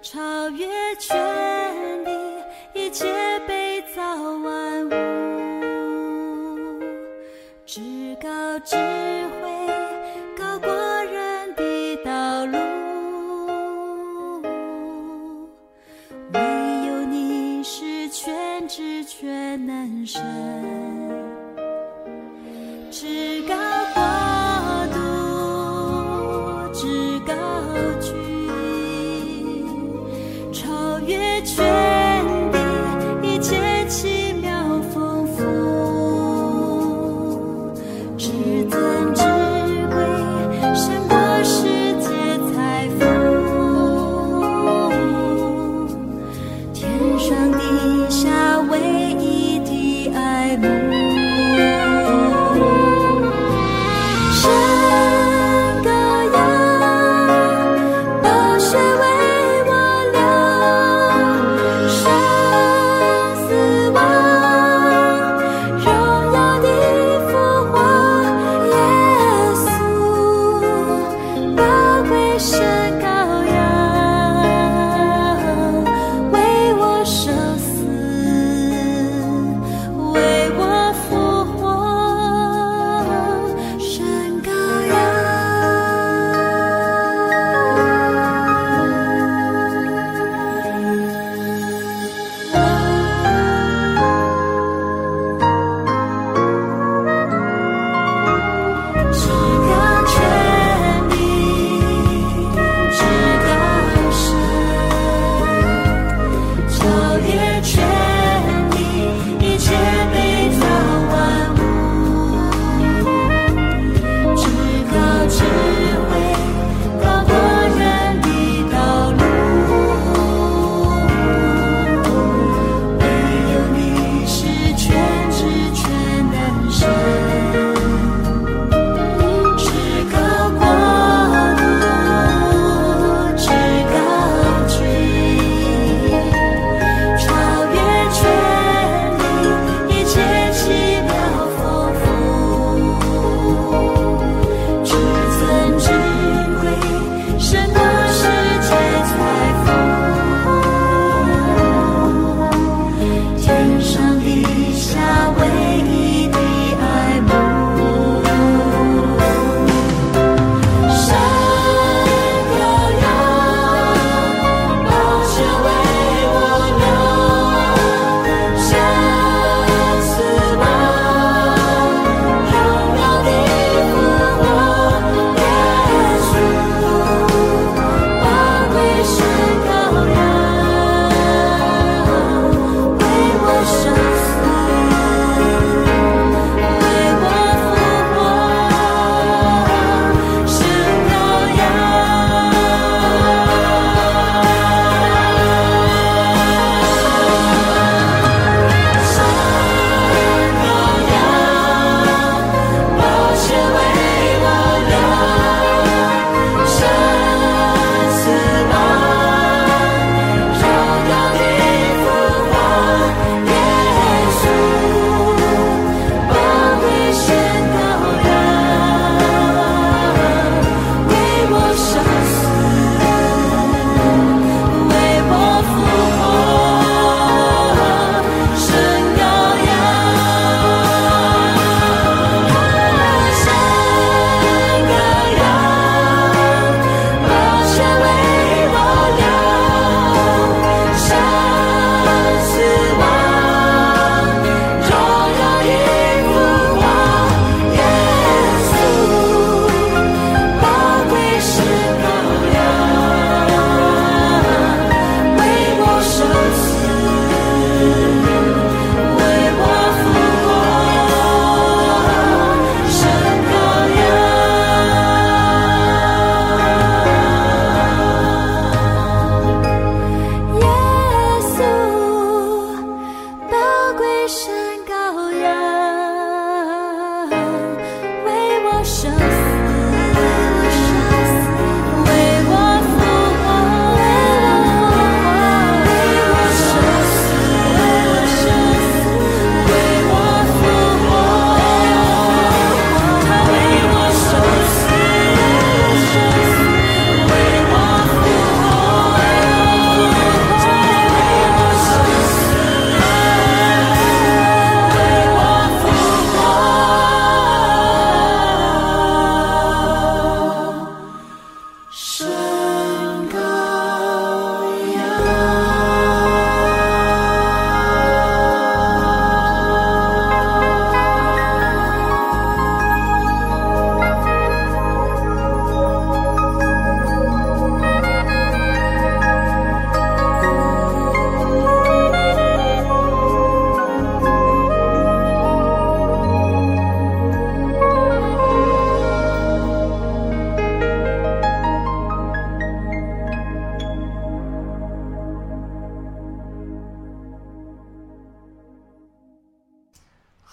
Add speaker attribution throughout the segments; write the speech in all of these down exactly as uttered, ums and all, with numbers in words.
Speaker 1: 超越权力，一切被造万物，至高智慧高过人的道路，唯有你是全知全能神，至高国度，至高君，超越权力，一切奇妙丰富，至尊智慧胜过世界财富，天上地下唯一的爱慕，神羔羊宝血为我流，生死亡荣耀的复活，耶稣宝贵神羔羊为我受死，为我复活，神羔羊。至高权力，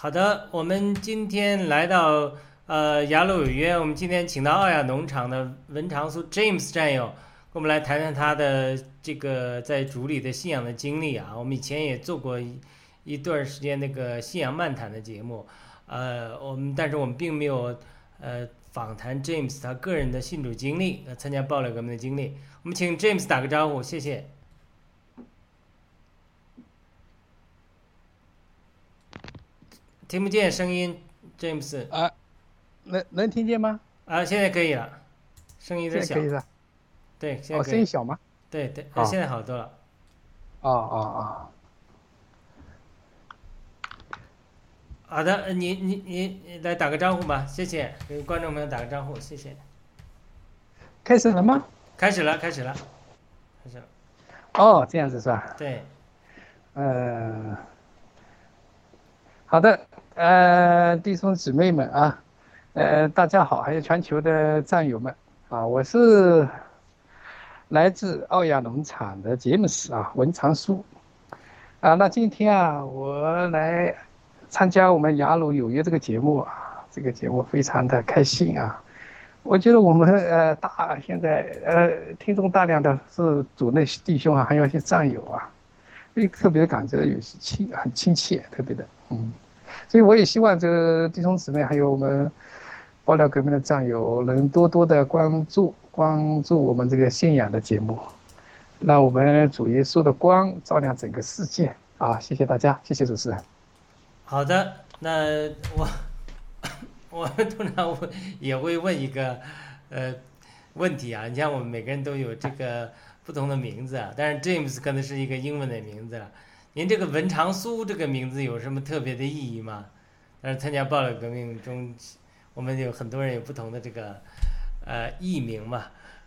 Speaker 2: 好的，我们今天来到呃雅鲁有约，我们今天请到奥雅农场的文长苏 James 战友，跟我们来谈谈他的这个在主里的信仰的经历啊。我们以前也做过一一段时间那个信仰漫谈的节目，呃，我们但是我们并没有呃访谈 James 他个人的信主经历，呃参加爆料革命的经历。我们请 James 打个招呼，谢谢。听不见声音，James
Speaker 3: 啊，能能听见吗？
Speaker 2: 啊，现在可以了，声音有点小。
Speaker 3: 现在可以是？
Speaker 2: 对，现在
Speaker 3: 哦，
Speaker 2: 可以。
Speaker 3: 声音小吗？
Speaker 2: 对对，呃，
Speaker 3: 啊
Speaker 2: 现在好多了。
Speaker 3: 啊啊啊！
Speaker 2: 好的，呃你你你你来打个招呼吧，谢谢，给观众朋友打个招呼，谢谢。
Speaker 3: 开始了吗？
Speaker 2: 开始了，开始了，开始了。
Speaker 3: 哦，这样子是吧？
Speaker 2: 对，
Speaker 3: 呃，好的，呃，弟兄姊妹们啊，呃，大家好，还有全球的战友们啊，我是来自奥亚农场的杰姆斯啊，文长书啊。那今天啊，我来参加我们雅鲁有约这个节目啊，这个节目非常的开心啊。我觉得我们呃大现在呃听众大量的是主内弟兄啊，还有一些战友啊，所以特别感觉有些亲很亲切，特别的嗯，所以我也希望这个弟兄姊妹还有我们爆料革命的战友能多多的关注关注我们这个信仰的节目，让我们主耶稣的光照亮整个世界啊！谢谢大家，谢谢主持人。
Speaker 2: 好的，那我我通常会也会问一个呃问题啊，你像我们每个人都有这个不同的名字啊，但是 James 可能是一个英文的名字了。您这个文长苏这个名字有什么特别的意义吗？但是参加爆料革命中，我们有很多人有不同的这个呃艺名嘛。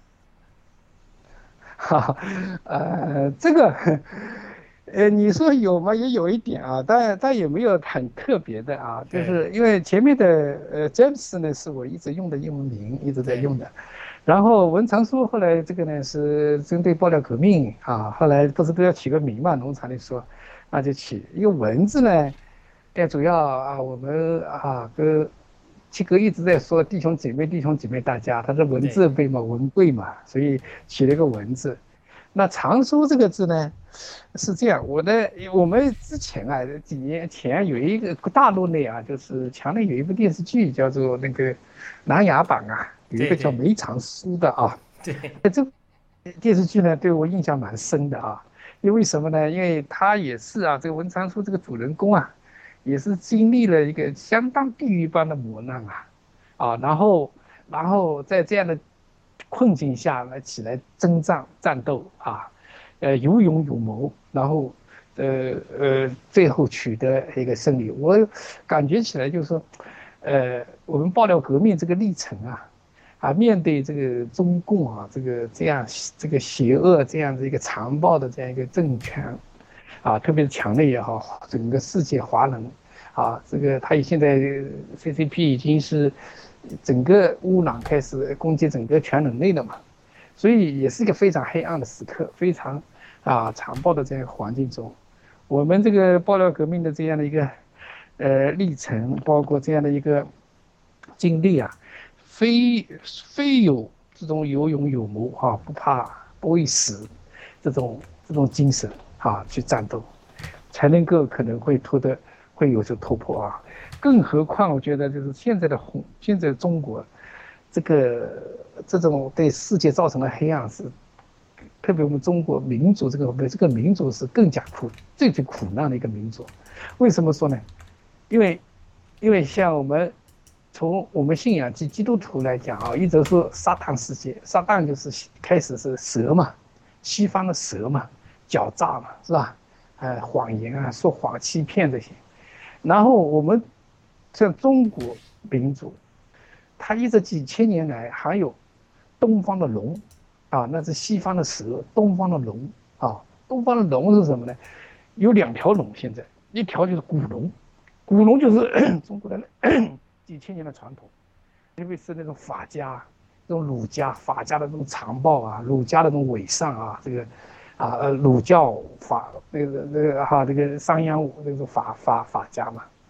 Speaker 3: 哈，呃，这个，呃，你说有吗？也有一点啊，但但也没有很特别的啊，就
Speaker 2: 对
Speaker 3: 是因为前面的呃，James 呢是我一直用的英文名，一直在
Speaker 2: 对
Speaker 3: 用的，然后文长书后来这个呢是针对爆料革命啊，后来不是都要起个名嘛，农场里说，那就起一个文字呢，哎，主要啊我们啊跟七哥一直在说弟兄姐妹弟兄姐妹大家，他是文
Speaker 2: 对
Speaker 3: 字辈嘛，文贵嘛，所以起了一个文字。那长书这个字呢，是这样，我的我们之前啊，几年前有一个大陆内啊，就是墙内有一部电视剧叫做那个《琅琊榜》啊，有一个叫
Speaker 2: 对对
Speaker 3: 梅长苏的啊，
Speaker 2: 对
Speaker 3: 这电视剧呢对我印象蛮深的啊，因为什么呢？因为他也是啊，这个文长苏这个主人公啊，也是经历了一个相当地狱般的磨难啊，啊，然后然后在这样的困境下来起来征战战斗啊，呃，有勇有谋，然后呃呃，最后取得一个胜利。我感觉起来就是说，呃，我们爆料革命这个历程啊，啊，面对这个中共啊，这个这样这个邪恶这样的一个残暴的这样一个政权，啊，特别是墙内也好，整个世界华人，啊，这个他现在 C C P 已经是整个污染开始攻击整个全人类了嘛，所以也是一个非常黑暗的时刻，非常啊残暴的这样一个环境中，我们这个爆料革命的这样的一个呃历程，包括这样的一个经历啊，非非有这种有勇有谋啊，不怕不畏死这种这种精神啊去战斗，才能够可能会突的会有所突破啊。更何况我觉得就是现在的红，现在中国这个这种对世界造成的黑暗是，特别我们中国民族这个这个民族是更加苦最最苦难的一个民族。为什么说呢？因为因为像我们从我们信仰基基督徒来讲啊，一直说撒旦世界，撒旦就是开始是蛇嘛，西方的蛇嘛，狡诈嘛，是吧？呃，谎言啊，说谎、欺骗这些。然后我们像中国民族，它一直几千年来还有东方的龙啊，那是西方的蛇，东方的龙啊。东方的龙是什么呢？有两条龙，现在一条就是古龙，古龙就是中国的几千年的传统，因为是那种法家，这种儒家法家的这种残暴啊，儒家的这种伪善啊，这个啊呃儒教法那个那个哈这个商鞅武那种法法法家嘛。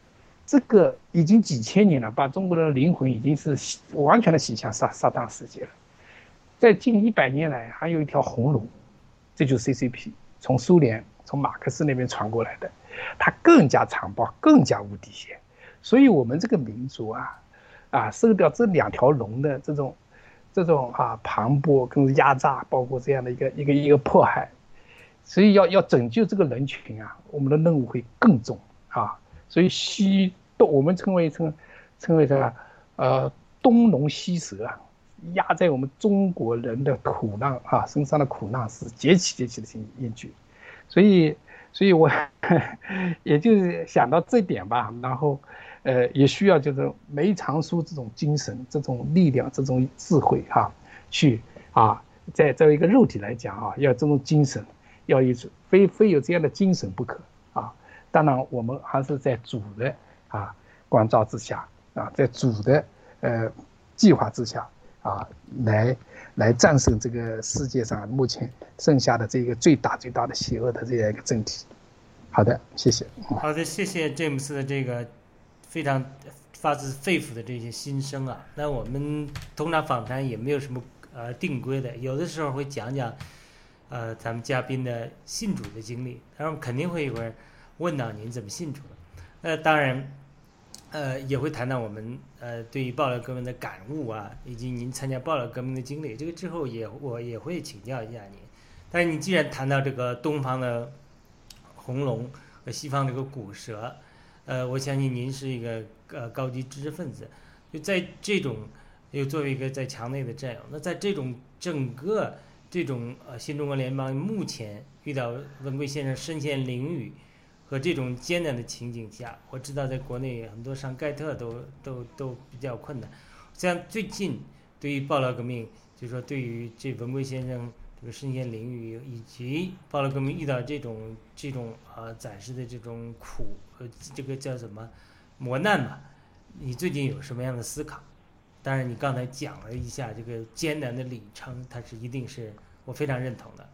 Speaker 3: 这个已经几千年了，把中国人的灵魂已经是完全的洗向撒撒旦世界了。在近一百年来，还有一条红龙，这就是 C C P， 从苏联从马克思那边传过来的，它更加残暴，更加无底线。所以我们这个民族啊，啊，受掉这两条龙的这种这种啊磅礴跟压榨，包括这样的一个一个一个迫害，所以要要拯救这个人群啊，我们的任务会更重啊。所以西东我们称为称称为这呃东龙西蛇啊，压在我们中国人的苦难啊身上的苦难是节气节气的严峻，所以所以我也就是想到这点吧，然后呃也需要就是梅长苏这种精神、这种力量、这种智慧啊，去啊在作为一个肉体来讲啊，要这种精神，要有非非有这样的精神不可啊。当然，我们还是在主的啊关照之下啊，在主的呃计划之下啊，来来战胜这个世界上目前剩下的这个最大最大的邪恶的这样一个政体。好的，谢谢。
Speaker 2: 好的，谢谢詹姆斯的这个非常发自肺腑的这些心声啊。那我们通常访谈也没有什么呃定规的，有的时候会讲讲呃咱们嘉宾的信主的经历，当然肯定会一会儿问到您怎么信主的。那当然，呃，也会谈到我们呃对于爆料革命的感悟啊，以及您参加爆料革命的经历。这个之后也我也会请教一下您。但是你既然谈到这个东方的红龙和西方这个古蛇，呃，我相信您是一个呃高级知识分子，就在这种又作为一个在墙内的战友，那在这种整个这种呃新中国联邦目前遇到文贵先生身陷囹圄和这种艰难的情景下，我知道在国内很多上盖特都都都比较困难。像最近对于爆料革命，就是说对于这文贵先生这个身陷囹圄，以及爆料革命遇到这种这种呃暂时的这种苦呃这个叫什么磨难嘛，你最近有什么样的思考？当然，你刚才讲了一下这个艰难的里程，它是一定是我非常认同的。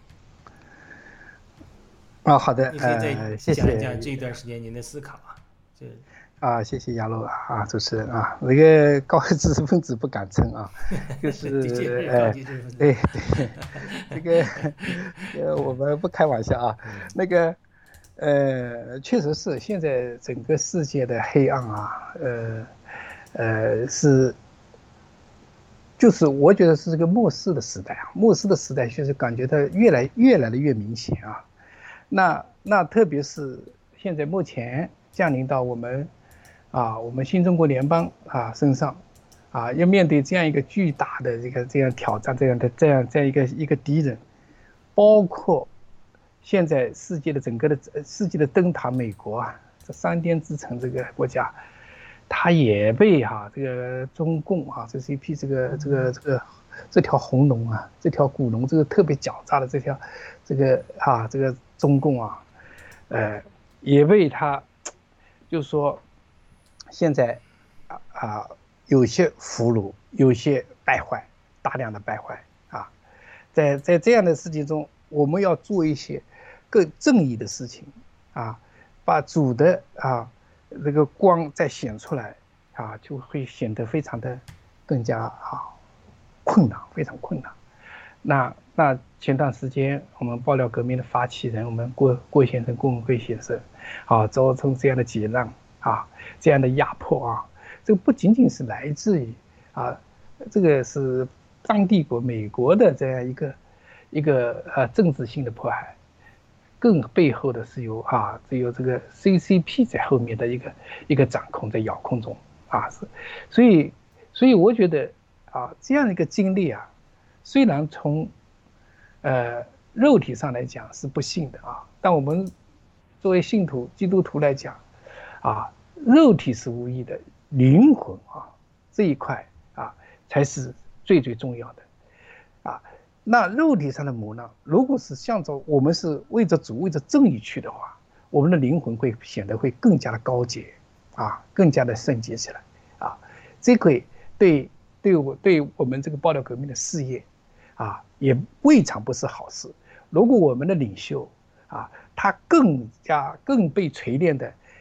Speaker 3: 啊、哦，好的，
Speaker 2: 你可以再讲一讲这一段时间您的思考啊。就
Speaker 3: 啊，谢谢亚洛啊，主持人啊，那个高级知识分子不敢称啊，就是呃，对对，这个呃，我们不开玩笑啊，那个呃，确实是现在整个世界的黑暗啊，呃呃是，就是我觉得是这个末世的时代啊，末世的时代就是感觉它越来越来的越明显啊。那那特别是现在目前降临到我们啊我们新中国联邦啊身上啊，要面对这样一个巨大的这个这样挑战，这样的这样这样一个一个敌人，包括现在世界的整个的世界的灯塔美国啊，这三颠之城这个国家，它也被哈、啊、这个中共啊这是一批这个这个这个这条红龙啊，这条古龙，这个特别狡诈的这条这个啊这个中共啊，呃，也为他，就是说，现在啊啊有些俘虏，有些败坏，大量的败坏啊，在在这样的事情中，我们要做一些更正义的事情啊，把主的啊这个光再显出来啊，就会显得非常的更加啊困难，非常困难。那那前段时间我们爆料革命的发起人，我们郭郭先生、郭文贵先生，啊，造成这样的劫难啊，这样的压迫啊，这个不仅仅是来自于啊，这个是当帝国美国的这样一个一个呃政治性的迫害，更背后的是有啊，只有这个 C C P 在后面的一个一个掌控，在遥控中啊，是，所以所以我觉得啊，这样一个经历啊。虽然从呃肉体上来讲是不幸的啊，但我们作为信徒基督徒来讲啊，肉体是无益的，灵魂啊这一块啊才是最最重要的啊。那肉体上的磨难，如果是向着我们是为着主为着正义去的话，我们的灵魂会显得会更加的高洁啊，更加的圣洁起来啊。这会对对我对我们这个爆料革命的事业啊，也未尝不是好事。如果我们的领袖啊，他更加更被锤炼的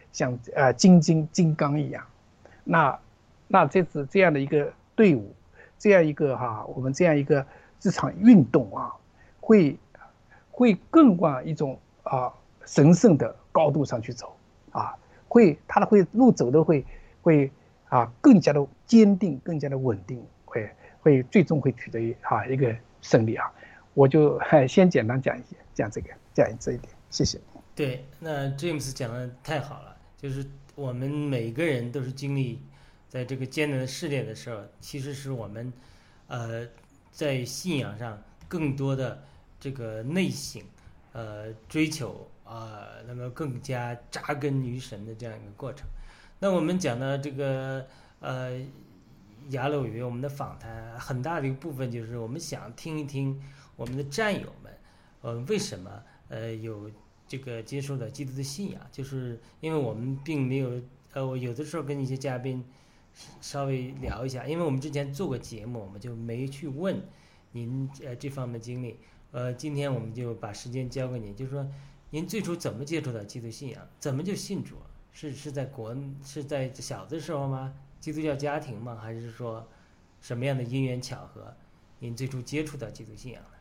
Speaker 3: 像呃金金金刚一样。那那这次这样的一个队伍，这样一个哈、啊，我们这样一个这场运动啊，会会更往一种啊神圣的高度上去走啊，会他的会路走的会会啊更加的坚定，更加的稳定，会会最终会取得啊一个胜利啊。我就先简单讲一些讲这个讲这一点，谢谢。
Speaker 2: 对，那 James 讲的太好了，就是我们每个人都是经历在这个艰难的试炼的时候，其实是我们呃在信仰上更多的这个内省，呃追求啊、呃，那么更加扎根于神的这样一个过程。那我们讲到这个呃雅鲁语，我们的访谈很大的一个部分就是我们想听一听我们的战友们，呃为什么呃有这个接受了基督的信仰，就是因为我们并没有呃我有的时候跟一些嘉宾稍微聊一下，因为我们之前做过节目，我们就没去问您呃这方面的经历。呃，今天我们就把时间交给您，就是说您最初怎么接触到基督信仰，怎么就信主了？是是在国是在小的时候吗？基督教家庭吗？还是说什么样的因缘巧合，您最初接触到基督信仰的？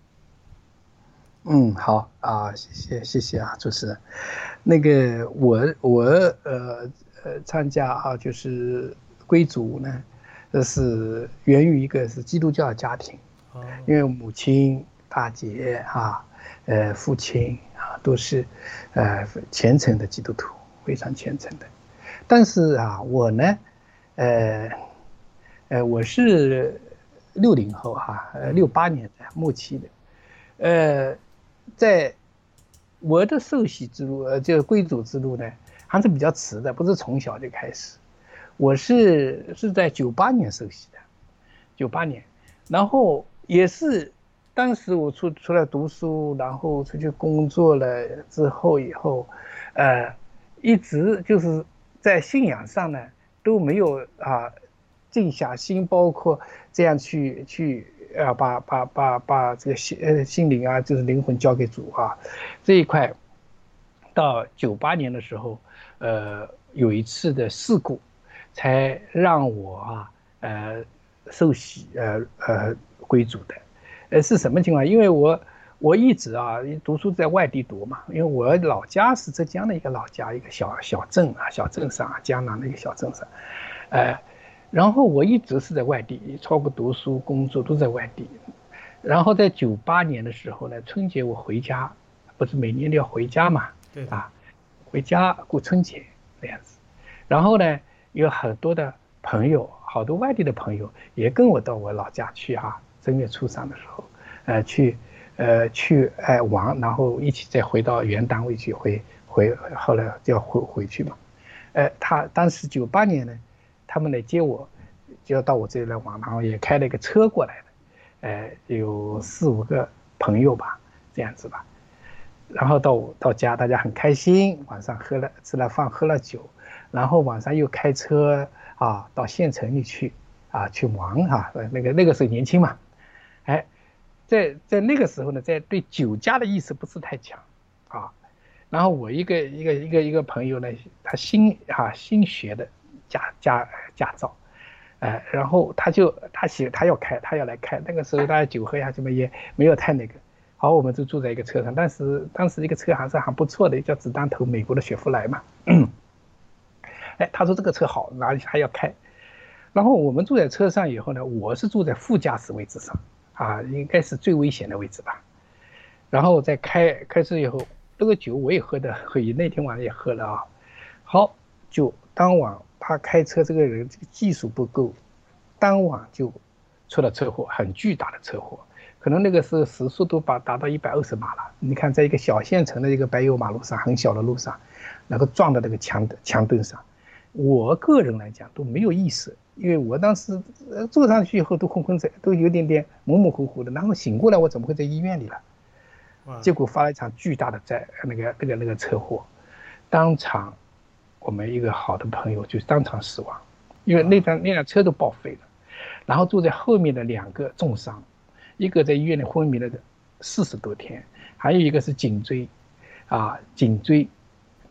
Speaker 3: 嗯，好啊，谢谢谢谢啊，主持人。那个我我呃呃参加啊，就是归主呢，这是源于一个是基督教的家庭，
Speaker 2: 哦，
Speaker 3: 因为母亲、大姐啊，呃父亲啊都是呃虔诚的基督徒，非常虔诚的。但是啊，我呢，呃呃我是六零后哈、啊，呃六八年的末期的，呃。在我的受洗之路，呃，就归主之路呢，还是比较迟的，不是从小就开始。我是是在九八年受洗的，九八年，然后也是当时我出出来读书，然后出去工作了之后以后，呃，一直就是在信仰上呢都没有啊静下心，包括这样去去。啊，把把把把这个心呃心灵啊，就是灵魂交给主啊，这一块，到九八年的时候，呃，有一次的事故，才让我啊，呃，受洗，呃呃归主的，呃是什么情况？因为我我一直啊读书在外地读嘛，因为我老家是浙江的一个老家，一个小小镇啊，小镇上啊，江南的一个小镇上，呃。然后我一直是在外地，超过读书、工作都在外地。然后在九八年的时候呢，春节我回家，不是每年都要回家嘛？
Speaker 2: 对
Speaker 3: 啊，回家过春节这样子。然后呢，有很多的朋友，好多外地的朋友也跟我到我老家去哈、啊，正月初三的时候，呃，去呃去哎、呃、玩，然后一起再回到原单位去回回，后来就要回回去嘛。呃，他当时九八年呢。他们来接我，就要到我这里来玩，然后也开了一个车过来的，呃，有四五个朋友吧，这样子吧。然后到到家，大家很开心，晚上喝了吃了饭，喝了酒，然后晚上又开车啊到县城里去啊去玩哈、啊，那个那个时候年轻嘛，哎，在在那个时候呢，在对酒驾的意识不是太强啊。然后我一个一个一个一个朋友呢，他新啊新学的。驾驾驾照，呃，然后他就他写他要开，他要来开。那个时候大家酒喝下去嘛，也没有太那个。好，我们就住在一个车上，但是当时一个车还是很不错的，叫子弹头，美国的雪佛兰嘛。哎，他说这个车好，哪里还要开。然后我们住在车上以后呢，我是住在副驾驶位置上，啊，应该是最危险的位置吧。然后在开开车以后，这个酒我也喝的，那天晚上也喝了啊。好，就当晚。他开车这个人这个技术不够，当晚就出了车祸，很巨大的车祸，可能那个时候时速都把达到一百二十码了。你看，在一个小县城的一个柏油马路上，很小的路上，然后撞到那个墙墙墩上。我个人来讲都没有意识，因为我当时坐上去以后都昏昏沉，都有点点模模糊糊的，然后醒过来，我怎么会在医院里了？结果发了一场巨大的灾那个那个那个车祸，当场。我们一个好的朋友就当场死亡，因为那辆那辆车都报废了，然后坐在后面的两个重伤，一个在医院里昏迷了四十多天，还有一个是颈椎，啊颈椎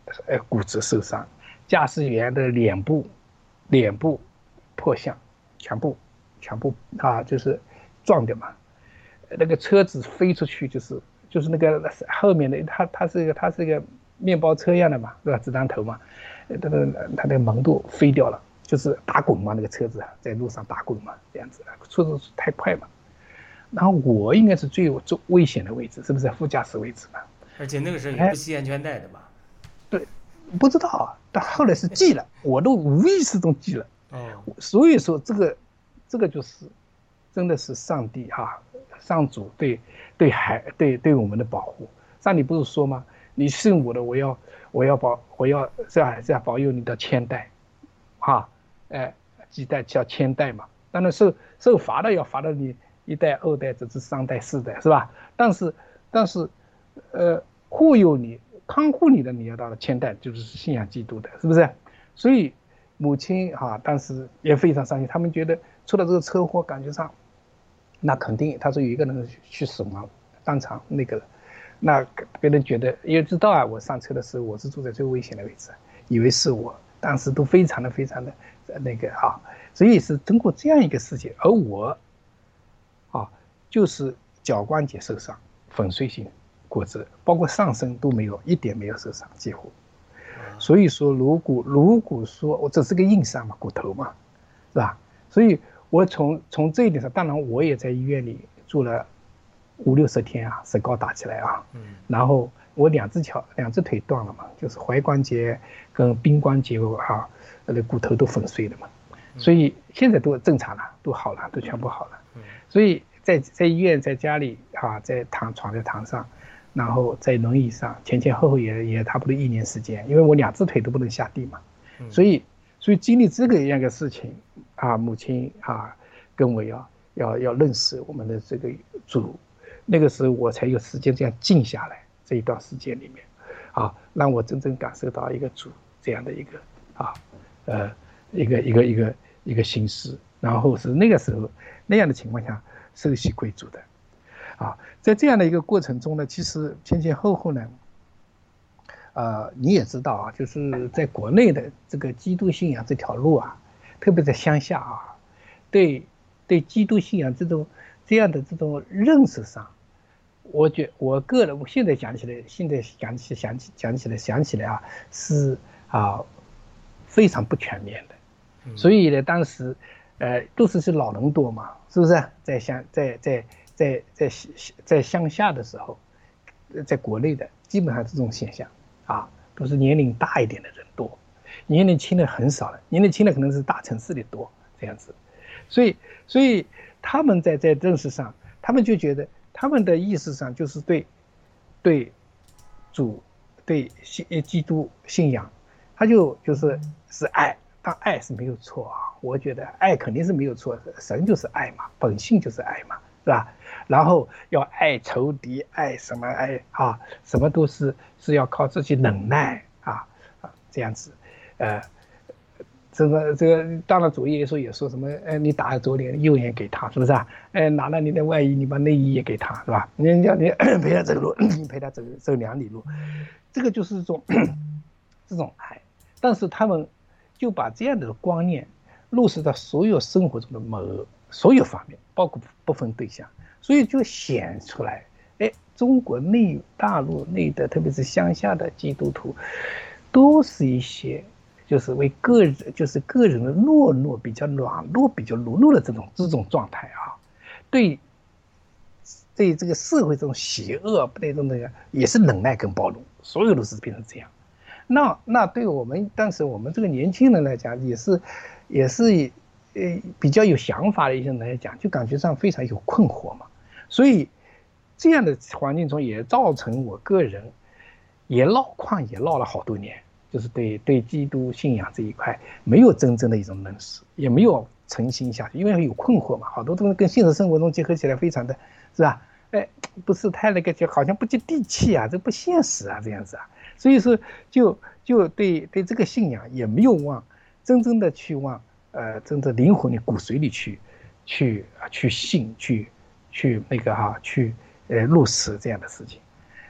Speaker 3: 呃骨折受伤，驾驶员的脸部脸部破相，全部全部啊就是撞的嘛，那个车子飞出去就是就是那个后面的它它是一个它是一个面包车一样的嘛，对吧？子弹头嘛，它的它那个门度飞掉了，就是打滚嘛，那个车子在路上打滚嘛，这样子，速度太快嘛。然后我应该是最最危险的位置，是不是副驾驶位置嘛？
Speaker 2: 而且那个时候也不系安全带的吧？
Speaker 3: 对，不知道啊，但后来是系了，我都无意识中系了。
Speaker 2: 哦，
Speaker 3: 所以说这个这个就是真的是上帝哈、啊，上主对对孩对对我们的保护。上帝不是说吗？你信我的，我要我要保我要这样这样保佑你的千代，哈，哎，几代叫千代嘛。当然受受罚的要罚到你一代、二代，甚至三代、四代，是吧？但是但是，呃，护佑你、看护你的，你要到了千代，就是信仰基督的，是不是？所以母亲哈、啊，当时也非常伤心，他们觉得出了这个车祸，感觉上，那肯定他说有一个人去死亡，当场那个。那别人觉得，因为知道啊，我上车的时候我是坐在最危险的位置，以为是我，当时都非常的非常的那个啊，所以是通过这样一个事情，而我啊就是脚关节受伤，粉碎性骨折，包括上身都没有一点没有受伤，几乎。所以说，如果如果说我这是个硬伤嘛，骨头嘛，是吧？所以我从从这一点上，当然我也在医院里住了。五六十天啊，石膏打起来啊，嗯，然后我两只脚、两只腿断了嘛，就是踝关节跟髌关节啊，那骨头都粉碎了嘛，所以现在都正常了，都好了，都全部好了。所以在在医院、在家里啊，在躺床在床上，然后在轮椅上，前前后后也也差不多一年时间，因为我两只腿都不能下地嘛，所以所以经历这个样的事情啊，母亲啊跟我要要要认识我们的这个主。那个时候我才有时间这样静下来，这一段时间里面，啊，让我真正感受到一个主这样的一个啊，呃，一个一个一个一个形式，然后是那个时候那样的情况下受洗归主的，啊，在这样的一个过程中呢，其实前前后后呢，呃，你也知道啊，就是在国内的这个基督信仰这条路啊，特别在乡下啊，对对基督信仰这种这样的这种认识上。我觉我个人，我现在讲起来，现在讲起想起讲起来想起来啊，是啊非常不全面的，所以呢，当时呃都是是老人多嘛，是不是？在乡在在在在在乡下的时候，在国内的基本上这种现象啊，都是年龄大一点的人多，年龄轻的很少了，年龄轻的可能是大城市里多这样子，所以所以他们在在认识上，他们就觉得。他们的意识上就是对，对，主，对信基督信仰，他就就是是爱，但爱是没有错啊。我觉得爱肯定是没有错，神就是爱嘛，本性就是爱嘛，是吧？然后要爱仇敌，爱什么爱啊？什么都是是要靠自己忍耐啊啊这样子，呃。这个这个，当然主耶稣也说什么，哎，你打左脸右眼给他，是不是啊？哎，拿了你的外衣，你把内衣也给他，是吧？你叫你陪他走路，你陪他走走两里路，这个就是这种这种爱。但是他们就把这样的观念落实到所有生活中的某所有方面，包括不分对象，所以就显出来，哎，中国内大陆内的，特别是乡下的基督徒，都是一些。就是为个人，就是个人的懦弱比较软弱、比较懦弱的这种这种状态啊，对，对这个社会这种邪恶，对这种的也是忍耐跟包容，所有都是变成这样。那那对我们当时我们这个年轻人来讲，也是也是呃比较有想法的一些人来讲，就感觉上非常有困惑嘛。所以这样的环境中也造成我个人也闹旷也闹了好多年。就是对对基督信仰这一块没有真正的一种认识，也没有诚心下去，因为有困惑嘛，好多东西跟现实生活中结合起来非常的，是吧？哎，不是太那个，就好像不接地气啊，这不现实啊，这样子啊，所以说就就对对这个信仰也没有往真正的去往呃真正灵魂的骨髓里去去去信去去那个哈、啊、去呃落实这样的事情。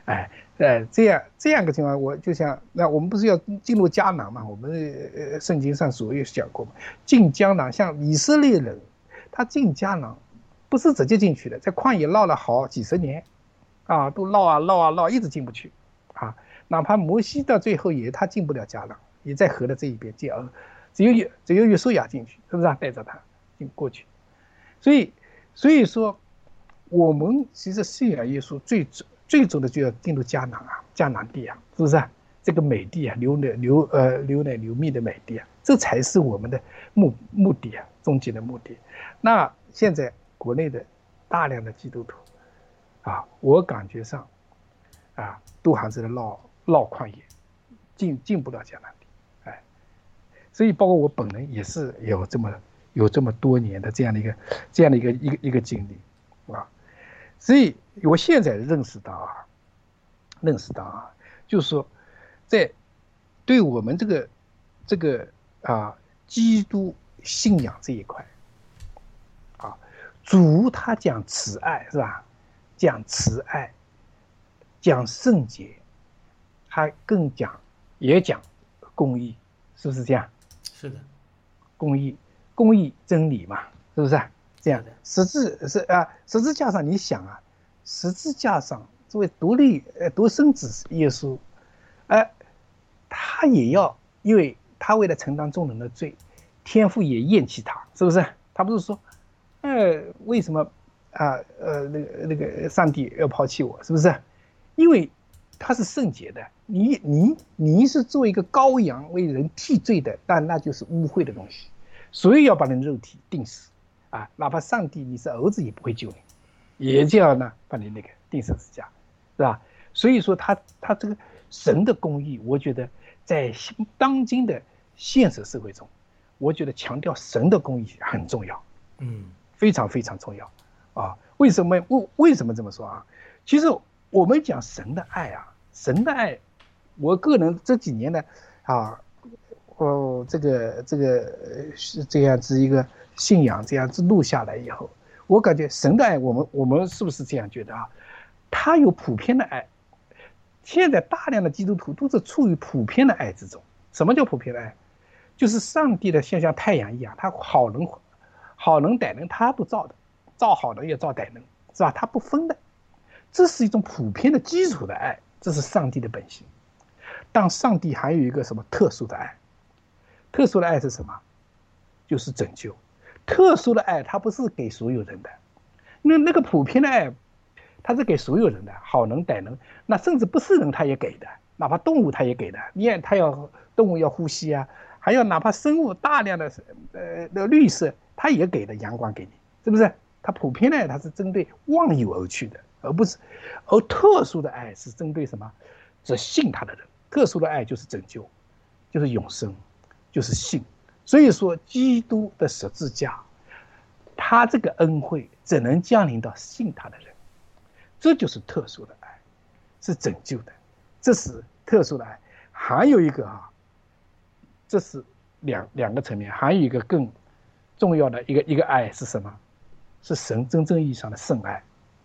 Speaker 3: 哎，呃，这样这样个情况，我就想，那我们不是要进入迦南嘛？我们呃圣经上所有讲过嘛，进迦南，像以色列人，他进迦南，不是直接进去的，在旷野绕了好几十年，啊，都绕啊绕啊绕，一直进不去，啊，哪怕摩西到最后也他进不了迦南，也在河的这一边进，呃，只有约只有约书亚进去，是不是啊？带着他进过去，所以所以说，我们其实信仰耶稣最终最终的就要进入迦南啊，迦南地啊，是不是啊？这个美地啊，流奶流呃流奶流蜜的美地啊，这才是我们的目目的啊，终极的目的。那现在国内的大量的基督徒啊，我感觉上啊，都还是在绕绕旷野，进进不了迦南地，哎，所以包括我本人也是有这么有这么多年的这样的一个这样的一个一个一个经历啊，所以我现在认识到啊，认识到啊，就是说，在对我们这个这个啊基督信仰这一块啊，主他讲慈爱是吧？讲慈爱，讲圣洁，他更讲也讲公义，是不是这样？
Speaker 2: 是的，
Speaker 3: 公义，公义真理嘛，是不是？这样的十字是啊，十字架上你想啊，十字架上作为独立呃独生子耶稣，哎、呃，他也要，因为他为了承担众人的罪，天父也厌弃他，是不是？他不是说，呃，为什么啊呃那个那个上帝要抛弃我，是不是？因为他是圣洁的，你你你是做一个羔羊为人替罪的，但那就是污秽的东西，所以要把你肉体钉死啊！哪怕上帝你是儿子也不会救你，也就要呢把你那个钉十字架，是吧？所以说他他这个神的公义，我觉得在当今的现实社会中，我觉得强调神的公义很重要，
Speaker 2: 嗯，
Speaker 3: 非常非常重要啊！为什么为为什么这么说啊？其实我们讲神的爱啊，神的爱，我个人这几年呢，啊，哦，这个这个是这样子一个信仰，这样子录下来以后，我感觉神的爱，我们我们是不是这样觉得啊？他有普遍的爱，现在大量的基督徒都是处于普遍的爱之中。什么叫普遍的爱？就是上帝的像像太阳一样，他好能好能歹能他不造的，造好人也造歹能，是吧？他不分的。这是一种普遍的基础的爱，这是上帝的本性。但上帝还有一个什么特殊的爱？特殊的爱是什么？就是拯救。特殊的爱它不是给所有人的，那那个普遍的爱，它是给所有人的，好能歹能，那甚至不是人他也给的，哪怕动物他也给的。你看他要动物要呼吸啊，还要哪怕生物大量的呃的绿色，他也给的阳光给你，是不是？它普遍的爱它是针对万有而去的。而不是，而特殊的爱是针对什么？只信他的人。特殊的爱就是拯救，就是永生，就是信。所以说，基督的十字架，他这个恩惠只能降临到信他的人，这就是特殊的爱，是拯救的，这是特殊的爱。还有一个啊，这是两两个层面，还有一个更重要的一个一个爱是什么？是神真正意义上的圣爱。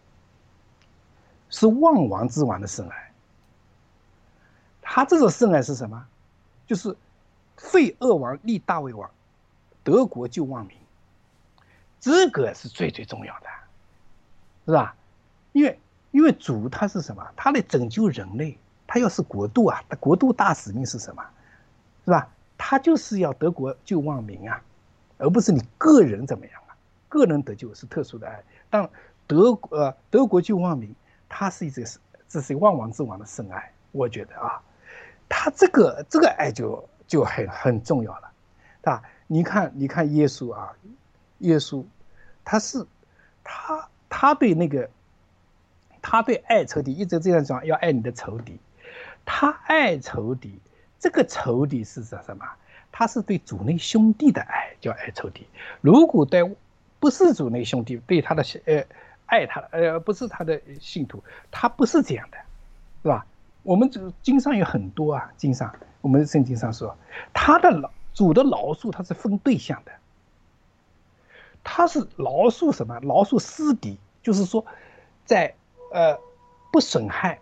Speaker 3: 是万王之王的圣爱，他这个圣爱是什么？就是废恶王立大卫王，得国救万民，这个是最最重要的，是吧？因为因为主他是什么？他来拯救人类，他要是国度啊，国度大使命是什么？是吧？他就是要得国救万民啊，而不是你个人怎么样啊？个人得救是特殊的爱，但得呃得国救万民。他是一个，这是万王之王的圣爱，我觉得啊，他这个这个爱就就很很重要了，啊，你看你看耶稣啊，耶稣，他是他他对那个他对爱仇敌一直这样讲，要爱你的仇敌，他爱仇敌，这个仇敌是指什么？他是对主内兄弟的爱，叫爱仇敌。如果对不是主内兄弟，对他的呃。爱他呃不是他的信徒，他不是这样的，是吧？我们这经上有很多啊，经上我们圣经上说，他的老主的饶恕他是分对象的，他是饶恕什么？饶恕私敌，就是说，在呃不损害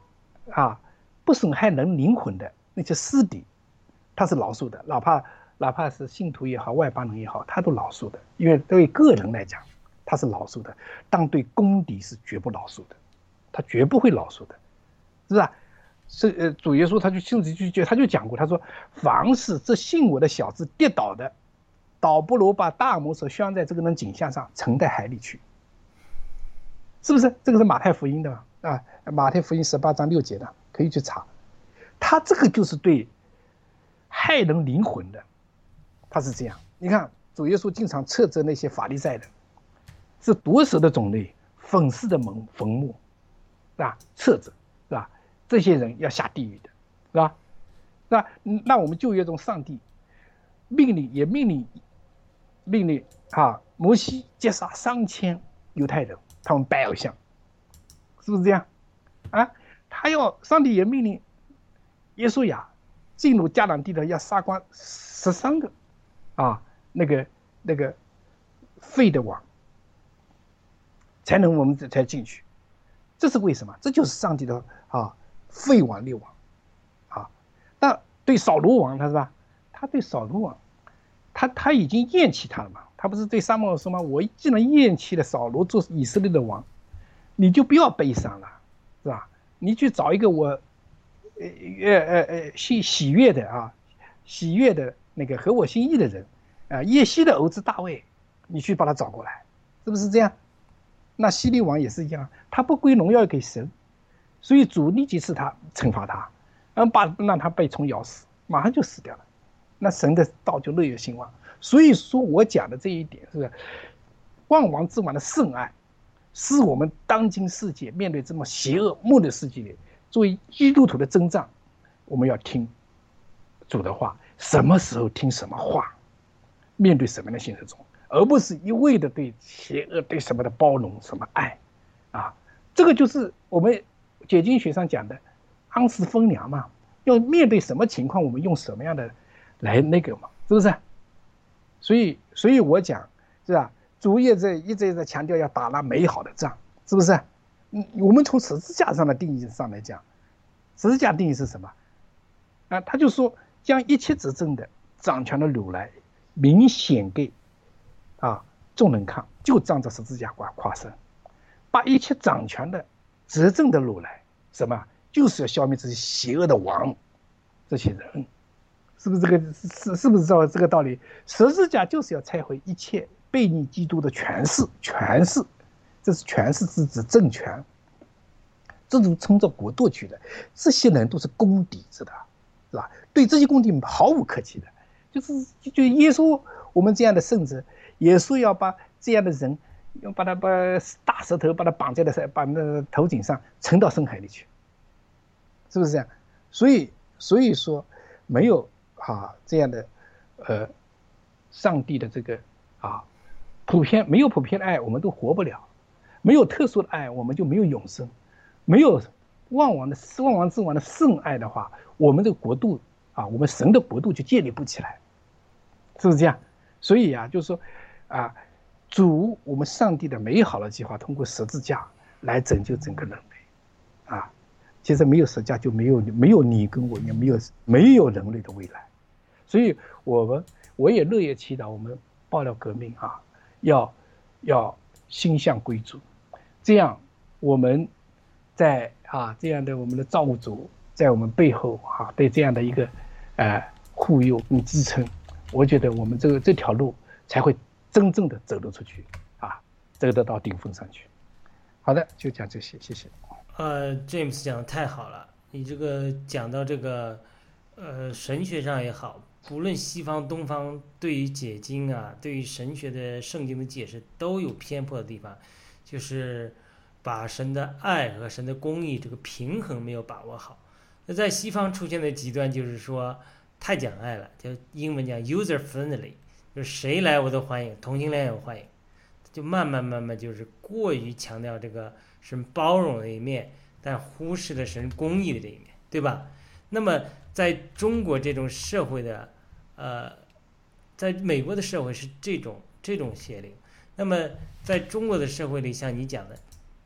Speaker 3: 啊，不损害人灵魂的那些私敌，他是饶恕的，哪怕哪怕是信徒也好，外邦人也好，他都饶恕的，因为对个人来讲，他是饶恕的，但对公敌是绝不饶恕的，他绝不会饶恕的，是吧？是呃，主耶稣他就甚至就他就讲过，他说，凡是这信我的小子跌倒的，倒不如把大拇手镶在这个人颈项上，沉在海里去。是不是？这个是马太福音的啊，马太福音十八章六节的，可以去查。他这个就是对害人灵魂的，他是这样。你看，主耶稣经常斥责那些法利赛的，是毒蛇的种类，粉饰的坟坟墓，是吧？斥责，是吧？这些人要下地狱的，是吧？那那我们旧约中，上帝命令也命令命令啊，摩西击杀三千犹太人。他们拜偶像，是不是这样？啊，他要上帝也命令耶稣亚进入迦南地的，要杀光十三个啊，那个那个废的王，才能我们才进去。这是为什么？这就是上帝的啊废王立王啊。那对扫罗王他是吧？他对扫罗王，他他已经厌弃他了嘛。他不是对撒母耳说吗？我既然厌弃了扫罗做以色列的王，你就不要悲伤了，是吧？你去找一个我，呃呃呃呃喜喜悦的啊，喜悦的那个合我心意的人，啊，耶西的儿子大卫，你去把他找过来，是不是这样？那希律王也是一样，他不归荣耀给神，所以主立即是他惩罚他，然后把让他被虫咬死，马上就死掉了。那神的道就乐有兴旺。所以说我讲的这一点是万王之王的圣爱，是我们当今世界面对这么邪恶末的世界里，作为基督徒的征战，我们要听主的话，什么时候听什么话，面对什么样的现实中，而不是一味的对邪恶对什么的包容什么爱啊，这个就是我们解经学上讲的安时分粮嘛，要面对什么情况，我们用什么样的来那个嘛，是不是？所以，所以我讲是吧？主也在一直在强调要打那美好的仗，是不是？嗯，我们从十字架上的定义上来讲，十字架定义是什么？啊，他就说将一切执政的、掌权的掳来，明显给啊众人看，就仗着十字架挂跨身，把一切掌权的、执政的掳来，什么？就是要消灭这些邪恶的王，这些人。是不是这个是是不是照这个道理？十字架就是要拆毁一切悖逆基督的权势，权势，这是权势是指政权，这种称作国度去的，这些人都是公敌，知道是吧？对这些公敌毫无客气的，就是就耶稣我们这样的圣子，耶稣要把这样的人，要把他把大石头把他绑在了把那头顶上沉到深海里去，是不是这样？所以所以说没有。啊，这样的，呃，上帝的这个啊，普遍没有普遍的爱，我们都活不了；没有特殊的爱，我们就没有永生；没有万王的万王之王的圣爱的话，我们这个国度啊，我们神的国度就建立不起来，是不是这样？所以啊，就是说啊，主我们上帝的美好的计划，通过十字架来拯救整个人类，啊，其实没有十字架就没有没有你跟我，也没有没有人类的未来。所以我们我也乐意祈祷我们爆料革命啊，要要心向归主，这样我们在啊这样的我们的造物主在我们背后啊对这样的一个呃护佑跟支撑，我觉得我们这个这条路才会真正的走得出去啊，走得到顶峰上去。好的，就讲这些，谢谢。
Speaker 2: 呃 ，James 讲的太好了，你这个讲到这个呃神学上也好。不论西方东方对于解经啊，对于神学的圣经的解释都有偏颇的地方，就是把神的爱和神的公义这个平衡没有把握好。那在西方出现的极端就是说太讲爱了，就英文讲 user friendly， 就是谁来我都欢迎，同性恋也欢迎，就慢慢慢慢就是过于强调这个神包容的一面，但忽视了神公义的这一面，对吧？那么在中国这种社会的，呃，在美国的社会是这种这种邪灵。那么在中国的社会里，像你讲的，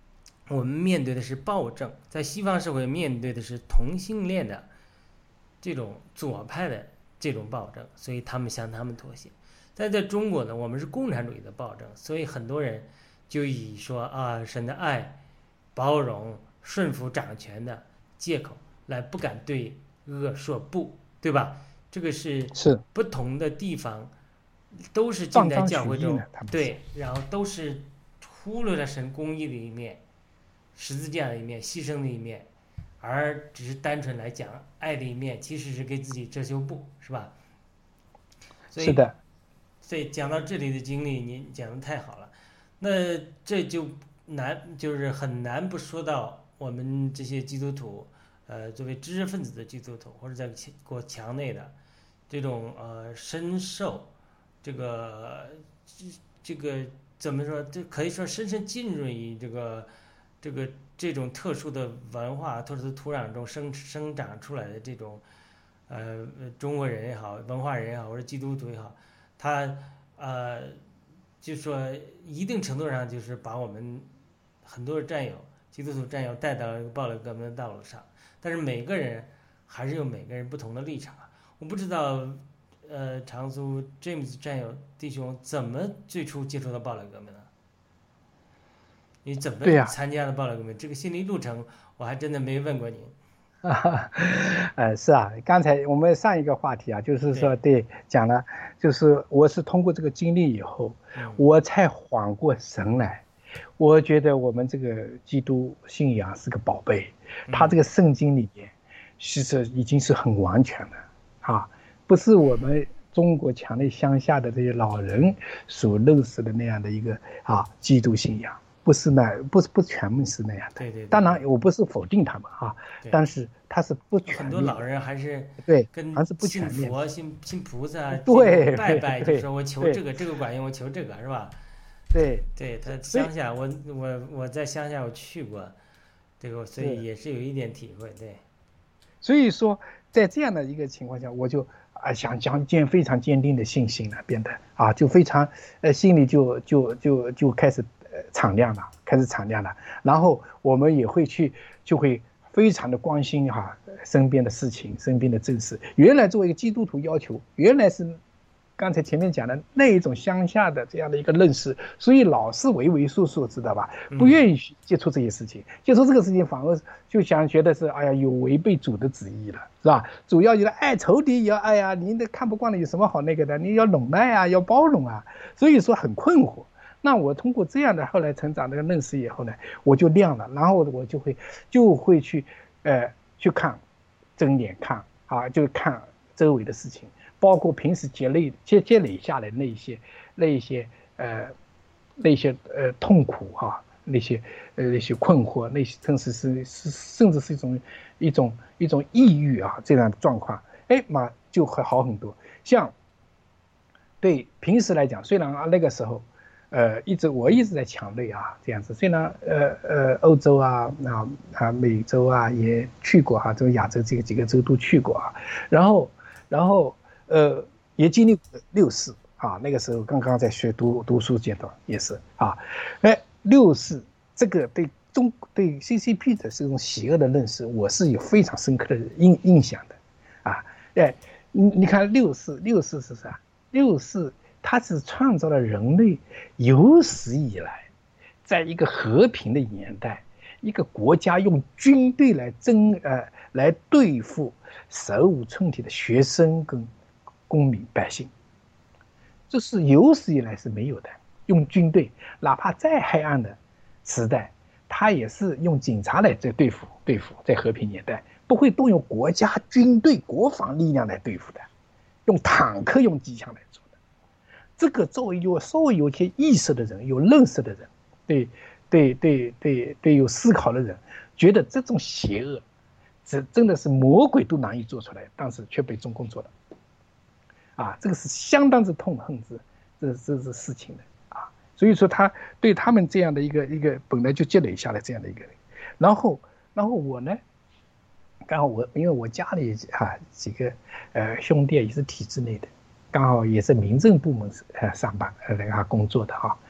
Speaker 2: 我们面对的是暴政，在西方社会面对的是同性恋的这种左派的这种暴政，所以他们向他们妥协。但在中国呢，我们是共产主义的暴政，所以很多人就以说啊神的爱、包容、顺服、掌权的借口来不敢对恶说不，对吧？这个是
Speaker 3: 是
Speaker 2: 不同的地方都是近代教会中，
Speaker 3: 他们
Speaker 2: 对，然后都是忽略了神公义的一面、十字架的一面、牺牲的一面，而只是单纯来讲爱的一面，其实是给自己遮羞布，是吧？所以
Speaker 3: 是的，
Speaker 2: 所以讲到这里的经历，你讲的太好了。那这就难，就是很难不说到我们这些基督徒，呃，作为知识分子的基督徒，或者在国墙内的这种呃深受这个这个怎么说？这可以说深深浸润于这个这个这种特殊的文化、特殊的土壤中生生长出来的这种呃中国人也好，文化人也好，或者基督徒也好，他呃就说一定程度上就是把我们很多的战友、基督徒战友带到了暴力革命的道路上，但是每个人还是有每个人不同的立场啊。我不知道，呃，长苏 James 战友弟兄怎么最初接触到暴力革命的？你怎么
Speaker 3: 对呀
Speaker 2: 参加的暴力革命？这个心理路程我还真的没问过您。
Speaker 3: 啊，呃，是啊，刚才我们上一个话题啊，就是说对讲了，就是我是通过这个经历以后，
Speaker 2: 嗯
Speaker 3: 我才缓过神来。我觉得我们这个基督信仰是个宝贝，它这个圣经里面其实已经是很完全了啊，不是我们中国墙内乡下的这些老人所认识的那样的一个啊基督信仰。不是那不是不全部是那样的，
Speaker 2: 对对对
Speaker 3: 当然我不是否定他们啊，
Speaker 2: 对
Speaker 3: 但是他是不全面的。
Speaker 2: 很多老人还是
Speaker 3: 对，
Speaker 2: 跟
Speaker 3: 还是不
Speaker 2: 信
Speaker 3: 全面的。
Speaker 2: 佛、信信菩萨、
Speaker 3: 对
Speaker 2: 信拜拜，
Speaker 3: 对
Speaker 2: 就说我求
Speaker 3: 对
Speaker 2: 这个，这个管用，我求这个，是吧？
Speaker 3: 对，
Speaker 2: 对他
Speaker 3: 所以
Speaker 2: 乡下，我我我在乡下我去过，这个所以也是有一点体会，对。
Speaker 3: 所以说，在这样的一个情况下，我就啊想将坚非常坚定的信心了，变得啊就非常呃心里就就就就开始呃敞亮了，开始敞亮了。然后我们也会去就会非常的关心哈、啊、身边的事情，身边的正事。原来作为一个基督徒要求，原来是刚才前面讲的那一种乡下的这样的一个认识，所以老是畏畏缩缩，知道吧？不愿意去接触这些事情，接触这个事情反而就想觉得是哎呀有违背主的旨意了，是吧？主要就是爱仇敌也要哎呀，你那看不惯的有什么好那个的？你要忍耐啊，要包容啊，所以说很困惑。那我通过这样的后来成长的认识以后呢，我就亮了，然后我就会就会去呃去看睁眼看啊，就看周围的事情。包括平时积累积积累下来那些那一些呃那些呃痛苦哈、啊，那些呃那些困惑，那些甚至是是甚至是一种一种一种抑郁啊这样的状况，哎嘛就会好很多。像对平时来讲，虽然啊那个时候呃一直我一直在强烈啊这样子，虽然呃呃欧洲啊啊啊美洲啊也去过哈、啊，这个亚洲这个几个州都去过啊，然后然后。呃，也经历过六四啊，那个时候刚刚在学读读书阶段也是啊，哎，六四这个对中对 C C P 的这种邪恶的认识，我是有非常深刻的印印象的，啊，哎，你你看六四六四是啥？六四它是创造了人类有史以来，在一个和平的年代，一个国家用军队来征呃来对付手无寸铁的学生跟公民百姓，这是有史以来是没有的。用军队，哪怕再黑暗的时代，他也是用警察来在对付对付，在和平年代不会动用国家军队国防力量来对付的，用坦克用机枪来做的。这个作为有稍微有些意识的人，有认识的人，对对对对对有思考的人，觉得这种邪恶这真的是魔鬼都难以做出来，但是却被中共做了啊，这个是相当之痛恨之这这是事情的啊，所以说他对他们这样的一个一个本来就积累下来这样的一个，然后然后我呢，刚好我因为我家里啊几个呃兄弟也是体制内的，刚好也是民政部门呃上班呃那个工作的哈、啊，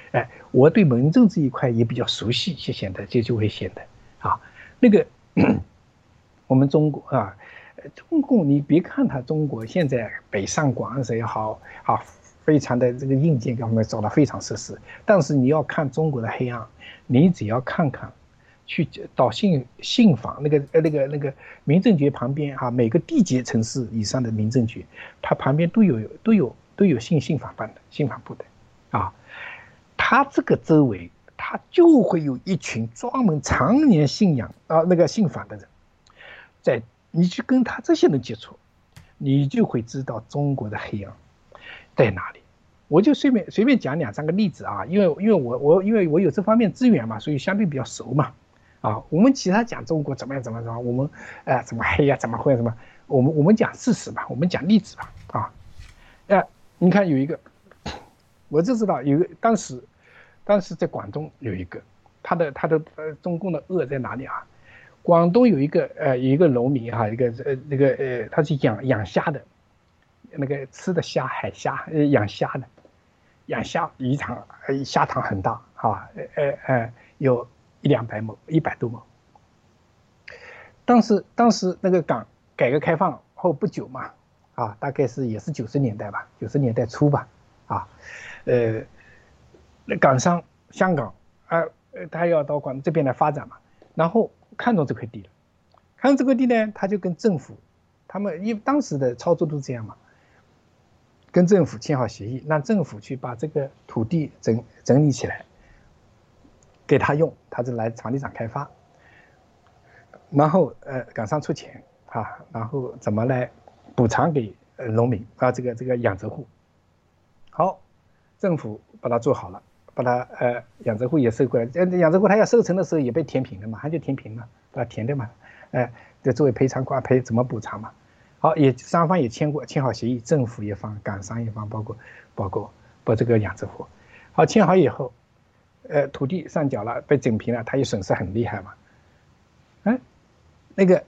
Speaker 3: 哎，我对民政这一块也比较熟悉，就显得就就会显得啊，那个我们中国啊，中共你别看它中国现在北上广深也好啊，非常的这个硬件方面做得非常实实，但是你要看中国的黑暗，你只要看看。去到信信访那个呃那个那个民政局旁边啊，每个地级城市以上的民政局，它旁边都有都有都有信信访办的信访部的，啊，它这个周围它就会有一群专门常年信仰啊那个信访的人，在你去跟他这些人接触，你就会知道中国的黑暗在哪里。我就随便随便讲两三个例子啊，因为因为我我因为我有这方面资源嘛，所以相对比较熟嘛。啊，我们其他讲中国怎么样怎么怎么，我们呃怎么黑呀、啊，怎么会什么？我们我们讲事实吧，我们讲例子吧，啊，呃，你看有一个，我就知道有一个，当时，当时在广东有一个，他的他的呃中共的恶在哪里啊？广东有一个呃有一个农民哈、啊，一个呃那个呃他是养养虾的，那个吃的虾海虾呃养虾的，养虾鱼塘呃虾塘很大啊，呃呃有。一两百亩，一百多亩。当时，当时那个港改革开放后不久嘛，啊，大概是也是九十年代吧，九十年代初吧，啊，呃，那港商香港啊，他要到广这边来发展嘛，然后看中这块地了，看中这块地呢，他就跟政府，他们因为当时的操作都是这样嘛，跟政府签好协议，让政府去把这个土地整整理起来。给他用，他是来场地上开发，然后呃港商出钱啊，然后怎么来补偿给呃农民啊这个这个养殖户，好，政府把它做好了，把它呃养殖户也收过来，呃养殖户他要收成的时候也被填平了嘛，他就填平了，把它填的嘛，哎、呃，就作为赔偿瓜赔怎么补偿嘛，好，也双方也签过签好协议，政府一方，港商一方，包括包括包这个养殖户，好签好以后。呃，土地上缴了，被整平了，他也损失很厉害嘛。哎，那个，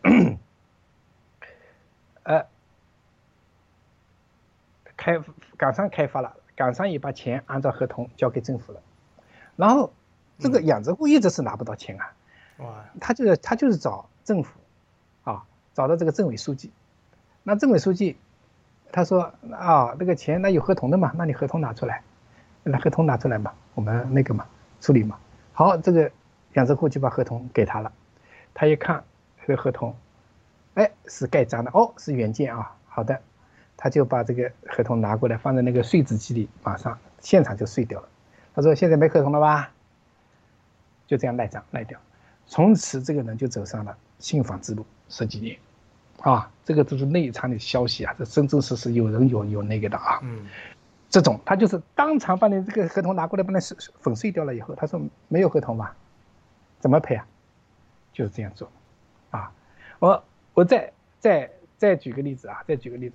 Speaker 3: 呃，开港商开发了，港商也把钱按照合同交给政府了，然后这个养殖户一直是拿不到钱啊。哇，他就是他就是找政府，啊，找到这个政委书记，那政委书记，他说啊，那个钱那有合同的嘛，那你合同拿出来，那合同拿出来嘛，我们那个嘛。处理嘛，好，这个养殖户就把合同给他了，他一看这个合同，哎，是盖章的，哦，是原件啊，好的，他就把这个合同拿过来放在那个碎纸机里，马上现场就碎掉了。他说现在没合同了吧？就这样赖账赖掉，从此这个人就走上了信访之路十几年，啊，这个都是内参的消息啊，这真真实实有人有有那个的啊，嗯。这种他就是当场把你这个合同拿过来，把你粉碎掉了以后，他说没有合同吧，怎么赔啊？就是这样做，啊，我我再再再举个例子啊，再举个例子，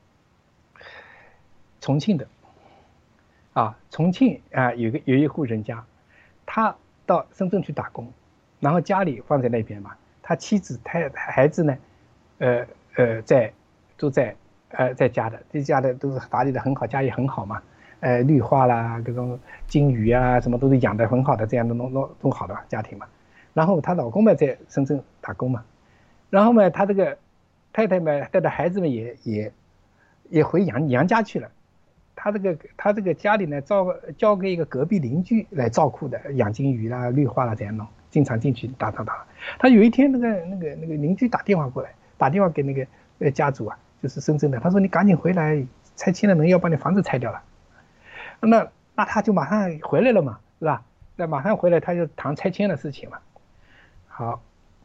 Speaker 3: 重庆的，啊，重庆啊有个有一户人家，他到深圳去打工，然后家里放在那边嘛，他妻子太孩子呢，呃呃在都在。呃，在家的，这家的都是打理的很好，家也很好嘛，呃，绿化啦，各种金鱼啊，什么都是养的很好的，这样的弄弄弄好的家庭嘛。然后她老公嘛在深圳打工嘛，然后嘛，她这个太太嘛带着孩子们也也也回娘娘家去了。她这个她这个家里呢，照交给一个隔壁邻居来照顾的，养金鱼啦、绿化啦这样弄，经常进去打打打。她有一天那个那个那个邻居打电话过来，打电话给那个呃家族啊。就是深圳的，他说你赶紧回来，拆迁的人要把你房子拆掉了，那那他就马上回来了嘛，是吧？那马上回来他就谈拆迁的事情嘛。好，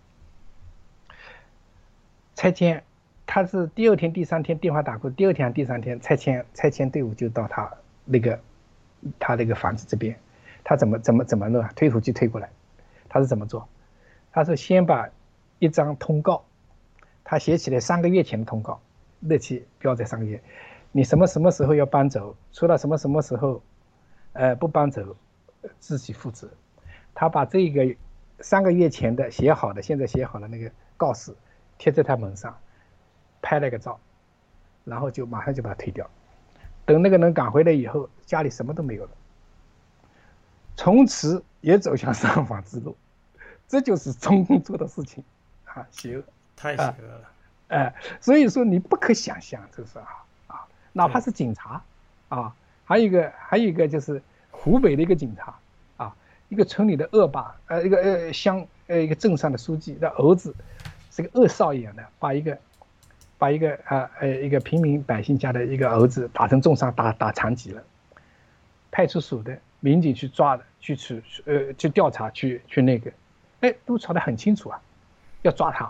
Speaker 3: 拆迁，他是第二天、第三天电话打过，第二天、第三天拆迁，拆迁队伍就到他那个他那个房子这边，他怎么怎么怎么弄？推土机推过来，他是怎么做？他是先把一张通告，他写起来三个月前的通告。日期标在三个月，你什么什么时候要搬走，除了什么什么时候，呃不搬走，自己负责。他把这个三个月前的写好的，现在写好的那个告示贴在他门上，拍了个照，然后就马上就把它推掉。等那个人赶回来以后，家里什么都没有了。 从此也走向上访之路，这就是中共做的事情啊，邪恶，
Speaker 2: 太邪恶了。
Speaker 3: 哎、呃，所以说你不可想象，这是啊啊，哪怕是警察啊，还有一个还有一个就是湖北的一个警察啊，一个村里的恶霸，呃，一个呃乡呃一个镇上的书记的儿子，是个恶少爷的，把一个把一个啊 呃, 呃一个平民百姓家的一个儿子打成重伤，打打残疾了，派出所的民警去抓的，去去呃去调查，去去那个，哎，都查得很清楚啊，要抓他。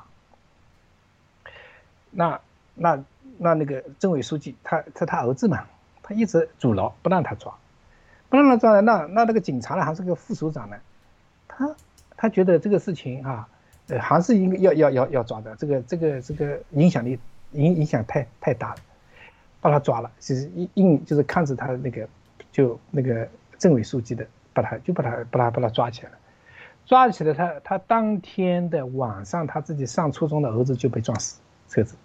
Speaker 3: 那那那那个政委书记，他他他儿子嘛，他一直阻挠不让他抓，不让他抓呢，那那那个警察呢，还是个副首长呢，他他觉得这个事情啊，呃，还是应该要要要要抓的，这个这个这个影响力影影响太太大了，把他抓了，其实硬硬就是看着他的那个就那个政委书记的，把他就把他把他把他抓起来了，抓起来他他当天的晚上，他自己上初中的儿子就被撞死车子。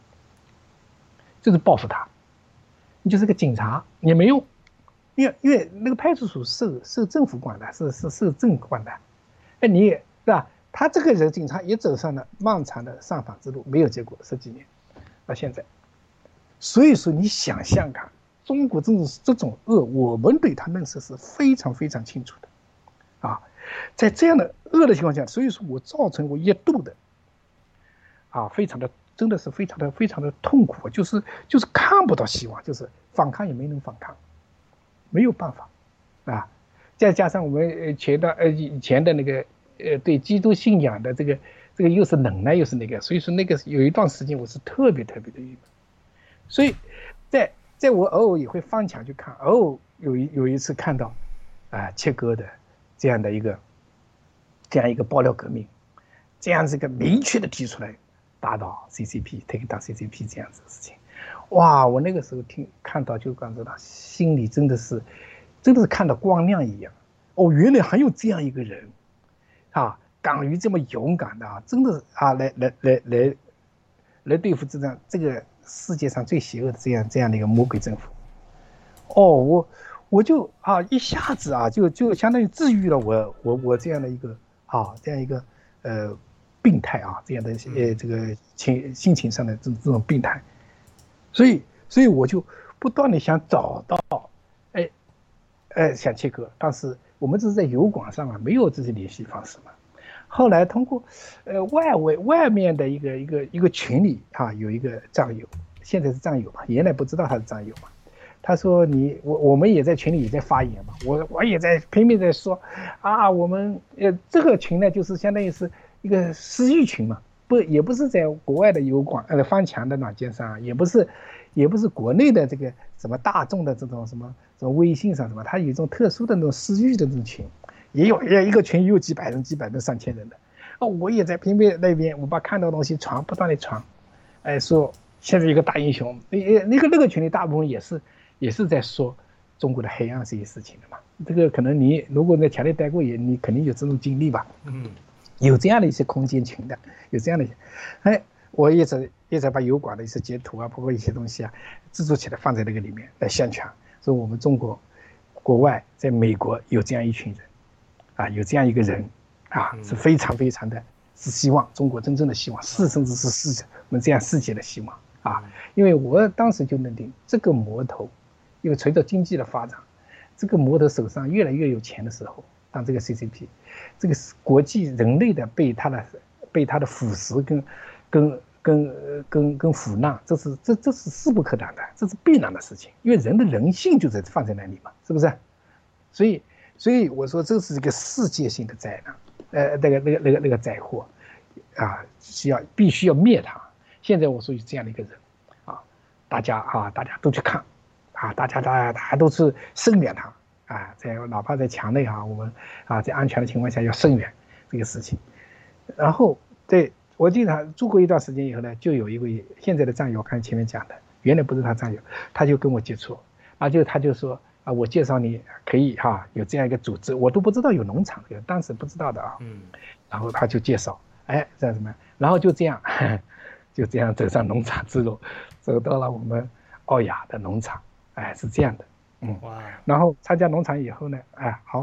Speaker 3: 就是报复他，你就是个警察也没用，因为因为那个派出所受受政府管的，是是受政管的，哎，你也是吧？他这个人警察也走上了漫长的上访之路，没有结果，十几年到现在。所以说，你想象看，中国政治这种恶，我们对他认识是非常非常清楚的，啊，在这样的恶的情况下，所以说我造成我一度的，啊，非常的。真的是非常的非常的痛苦，就是就是看不到希望，就是反抗也没能反抗，没有办法啊！再加上我们前的呃以前的那个呃对基督信仰的这个这个又是冷呢又是那个，所以说那个有一段时间我是特别特别的郁闷，所以在在我偶尔也会翻墙去看，偶尔有一有一次看到啊切割的这样的一个这样一个爆料革命，这样这个明确的提出来。打倒 C C P，take down C C P 这样子的事情，哇！我那个时候听看到就感觉到心里真的是，真的是看到光亮一样。哦，原来还有这样一个人，啊，敢于这么勇敢的啊，真的啊，来来来来来对付这样这个世界上最邪恶的这样这样的一个魔鬼政府。哦，我我就啊一下子啊就就相当于治愈了我我我这样的一个啊这样一个呃。病态啊，这样的呃，这个情心情上的这这种病态，所以所以我就不断的想找到，哎，哎想切割，但是我们这是在油管上啊，没有这些联系方式嘛。后来通过呃外围外面的一个一个一个群里啊，有一个战友，现在是战友嘛，原来不知道他是战友嘛。他说你我我们也在群里也在发言嘛，我我也在拼命在说啊，我们呃这个群呢就是相当于是。一个私域群嘛，不也不是在国外的油管呃翻墙的软件上，也不是，也不是国内的这个什么大众的这种什么什么微信上什么，它有一种特殊的那种私域的这种群，也有也一个群也有几百人、几百人、上千人的。哦，我也在拼命那边，我把看到的东西传，不断的传，哎，说现在一个大英雄，那那个那个群里大部分也是也是在说中国的黑暗这些事情的嘛。这个可能你如果在墙内待过也，你肯定有这种经历吧？嗯。有这样的一些空间群的，有这样的，哎，我一直一直把油管的一些截图啊，包括一些东西啊，制作起来放在那个里面来宣传，说我们中国国外在美国有这样一群人，啊，有这样一个人，啊，是非常非常的，是希望中国真正的希望，是甚至是世我们这样世界的希望啊，因为我当时就认定这个魔头，因为随着经济的发展，这个魔头手上越来越有钱的时候。当这个 C C P， 这个国际人类的被他的被他的腐蚀跟跟跟跟跟腐烂，这是这这是势不可挡的，这是必然的事情，因为人的人性就在放在那里嘛，是不是？所以所以我说这是一个世界性的灾难，呃，那个那个那个那个灾祸，啊，需要必须要灭它。现在我说有这样的一个人，啊，大家啊大家都去看，啊，大家大家大家都是声援他。啊，在哪怕在墙内啊，我们啊在安全的情况下要声援这个事情。然后对我记得他住过一段时间以后呢，就有一位现在的战友，我看前面讲的，原来不是他战友，他就跟我接触，啊就他就说啊，我介绍你可以哈、啊、有这样一个组织，我都不知道有农场，当时不知道的啊。嗯。然后他就介绍，哎这样什么，然后就这样呵呵就这样走上农场之路，走到了我们奥雅的农场，哎是这样的。嗯，哇！然后参加农场以后呢，哎，好，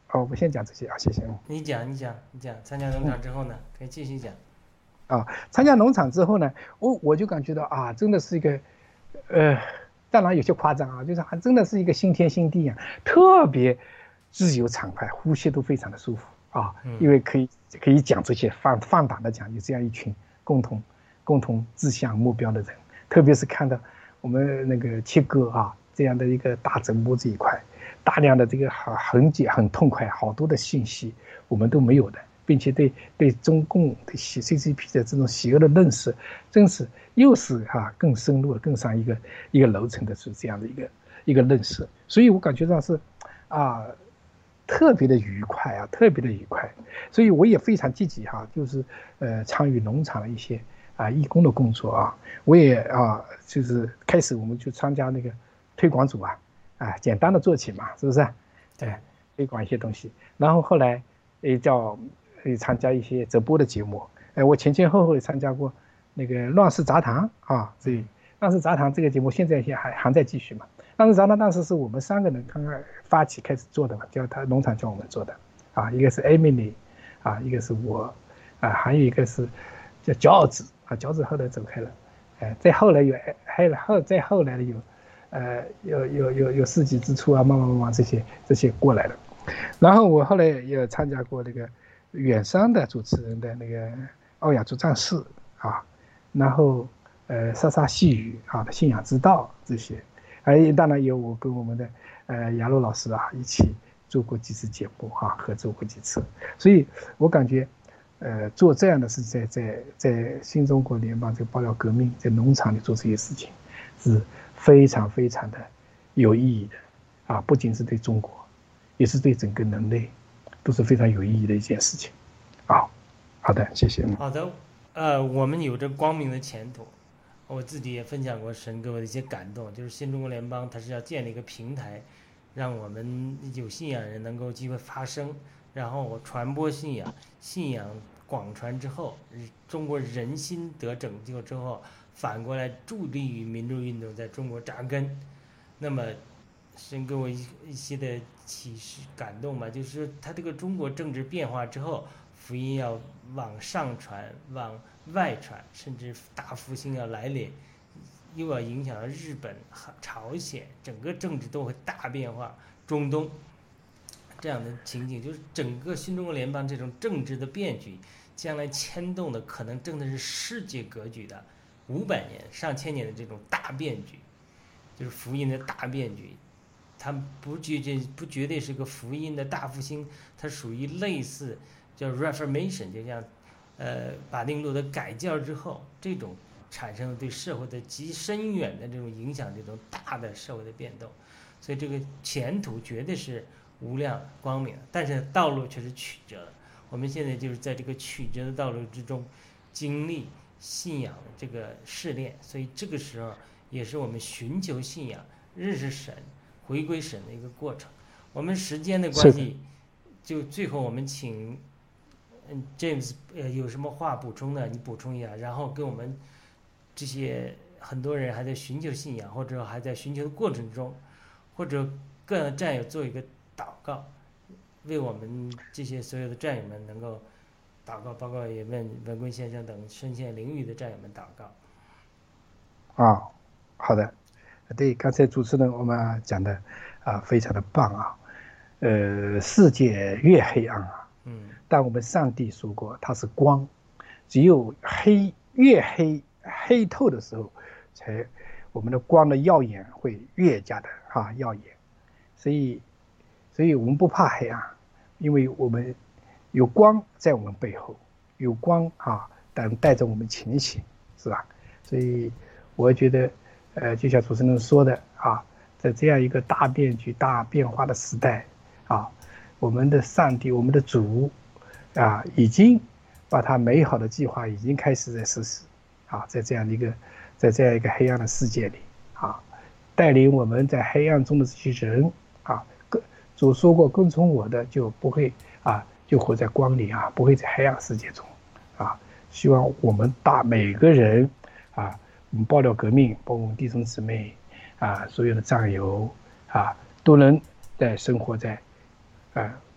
Speaker 3: 哦，我先讲这些啊，谢谢。
Speaker 2: 你讲，你讲，你讲。参加农场之后呢，可以继续讲。
Speaker 3: 啊，参加农场之后呢，我我就感觉到啊，真的是一个，呃，当然有些夸张啊，就是还真的是一个新天新地啊，特别自由畅快，呼吸都非常的舒服啊，因为可以可以讲这些放放胆的讲，有这样一群共同共同志向目标的人，特别是看到我们那个切割啊这样的一个大整模这一块，大量的这个很很简很痛快，好多的信息我们都没有的。并且对对中共对 C C P 的这种邪恶的认识，真是又是啊更深入、更上一个一个楼层的是这样的一个一个认识，所以我感觉到是啊特别的愉快啊，特别的愉快，所以我也非常积极哈、啊，就是呃参与农场的一些啊义工的工作啊，我也啊就是开始我们就参加那个推广组啊，啊简单的做起嘛，是不是？对，推广一些东西，然后后来也叫。可以参加一些直播的节目，哎，我前前后后也参加过那个《乱世杂谈》啊，所以《乱世杂谈》这个节目现在也还还在继续嘛。《乱世杂谈》当时是我们三个人刚刚发起开始做的嘛，叫他农场叫我们做的，啊，一个是 Emily， 啊，一个是我，啊，还有一个是叫饺子啊，饺子后来走开了，哎，再后来有还有后再后来的有，呃，有有有有世纪之初啊，慢慢慢慢这些这些过来了，然后我后来也参加过那个。远山的主持人的那个奥雅族战士啊，然后呃沙沙细雨啊的信仰之道这些，还当然有我跟我们的呃雅露老师啊一起做过几次节目啊，合作过几次，所以我感觉呃做这样的事在在在新中国联邦这个爆料革命在农场里做这些事情是非常非常的有意义的啊，不仅是对中国，也是对整个人类。都是非常有意义的一件事情，好，好的，谢谢。
Speaker 2: 好的，呃，我们有着光明的前途。我自己也分享过神给我的一些感动，就是新中国联邦它是要建立一个平台，让我们有信仰人能够机会发声，然后传播信仰，信仰广传之后，中国人心得拯救之后，反过来助力于民主运动在中国扎根。那么神给我一一些的启示感动吧，就是他这个中国政治变化之后，福音要往上传，往外传，甚至大复兴要来临，又要影响日本、朝鲜，整个政治都会大变化。中东这样的情景，就是整个新中国联邦这种政治的变局，将来牵动的可能真的是世界格局的五百年、上千年的这种大变局，就是福音的大变局。它不绝对不绝对是个福音的大复兴，它属于类似叫 Reformation， 就像呃巴丁路德改教之后，这种产生对社会的极深远的这种影响，这种大的社会的变动，所以这个前途绝对是无量光明，但是道路却是曲折的。我们现在就是在这个曲折的道路之中，经历信仰的这个试炼，所以这个时候也是我们寻求信仰、认识神。回归神的一个过程。我们时间的关系，就最后我们请嗯 James 呃有什么话补充的，你补充一下，然后跟我们这些很多人还在寻求信仰，或者还在寻求的过程中，或者各战友做一个祷告，为我们这些所有的战友们能够祷告，包括也问文贵先生等身陷囹圄的战友们祷
Speaker 3: 告。啊，好的。对，刚才主持人我们讲的啊，非常的棒啊。呃，世界越黑暗啊，嗯，但我们上帝说过它是光，只有黑越黑黑透的时候，才我们的光的耀眼会越加的啊耀眼。所以，所以我们不怕黑暗，因为我们有光在我们背后，有光啊，但带着我们前行，是吧？所以我觉得。呃，就像主持人说的啊，在这样一个大变局、大变化的时代啊，我们的上帝、我们的主啊，已经把他美好的计划已经开始在实施啊，在这样一个，在这样一个黑暗的世界里啊，带领我们在黑暗中的这些人啊，主说过，跟从我的就不会啊，就活在光里啊，不会在黑暗世界中啊。希望我们大每个人啊。我们爆料革命，包括我们弟兄姊妹啊，所有的战友啊，都能在生活在啊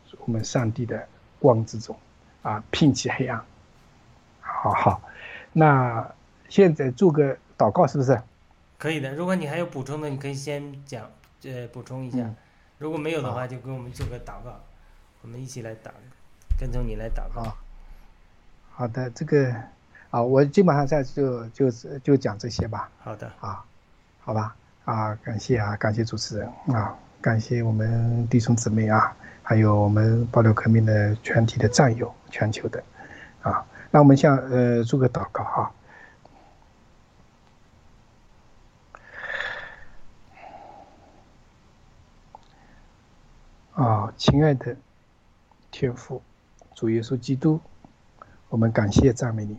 Speaker 3: 我们上帝的光之中，啊，摒弃黑暗。好好，那现在做个祷告，是不是？
Speaker 2: 可以的。如果你还有补充的，你可以先讲，呃，补充一下。
Speaker 3: 嗯、
Speaker 2: 如果没有的话，就给我们做个祷告，我们一起来祷，跟从你来祷告。
Speaker 3: 好，好的，这个啊，我基本上在就就就讲这些吧。
Speaker 2: 好的。
Speaker 3: 啊，好吧。啊，感谢啊，感谢主持人啊，感谢我们弟兄姊妹啊，还有我们爆料革命的全体的战友，全球的啊。那我们向呃做个祷告哈。啊，亲爱的天父，主耶稣基督，我们感谢赞美你。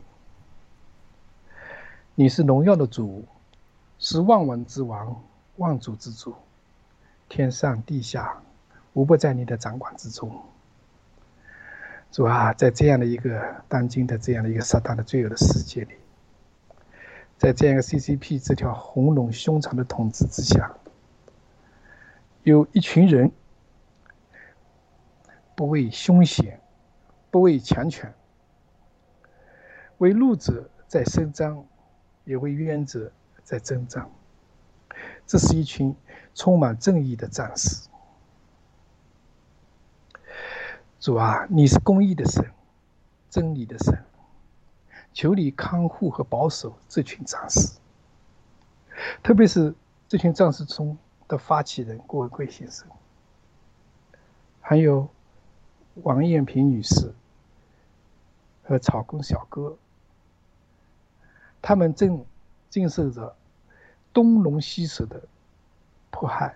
Speaker 3: 你是荣耀的主，是万王之王，万主之主，天上地下无不在你的掌管之中。主啊，在这样的一个当今的这样的一个撒旦的罪恶的世界里，在这样一个 C C P 这条红龙凶残的统治之下，有一群人不畏凶险，不畏强权，为怒者在伸张，也为冤者在征战。这是一群充满正义的战士。主啊，你是公义的神，真理的神，求你看护和保守这群战士，特别是这群战士中的发起人郭文贵先生，还有王艳萍女士和草根小哥，他们正经受着东龙西蛇的迫害。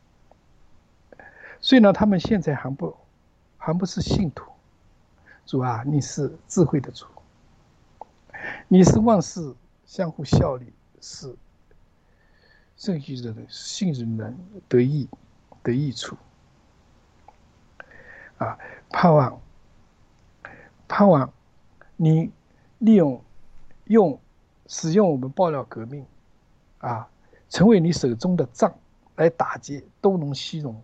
Speaker 3: 虽然他们现在还不还不是信徒，主啊，你是智慧的主，你是万事相互效力，是圣许人信任人得益得益处啊！盼望盼望你利用用使用我们爆料革命啊，成为你手中的杖，来打击东龙西龙。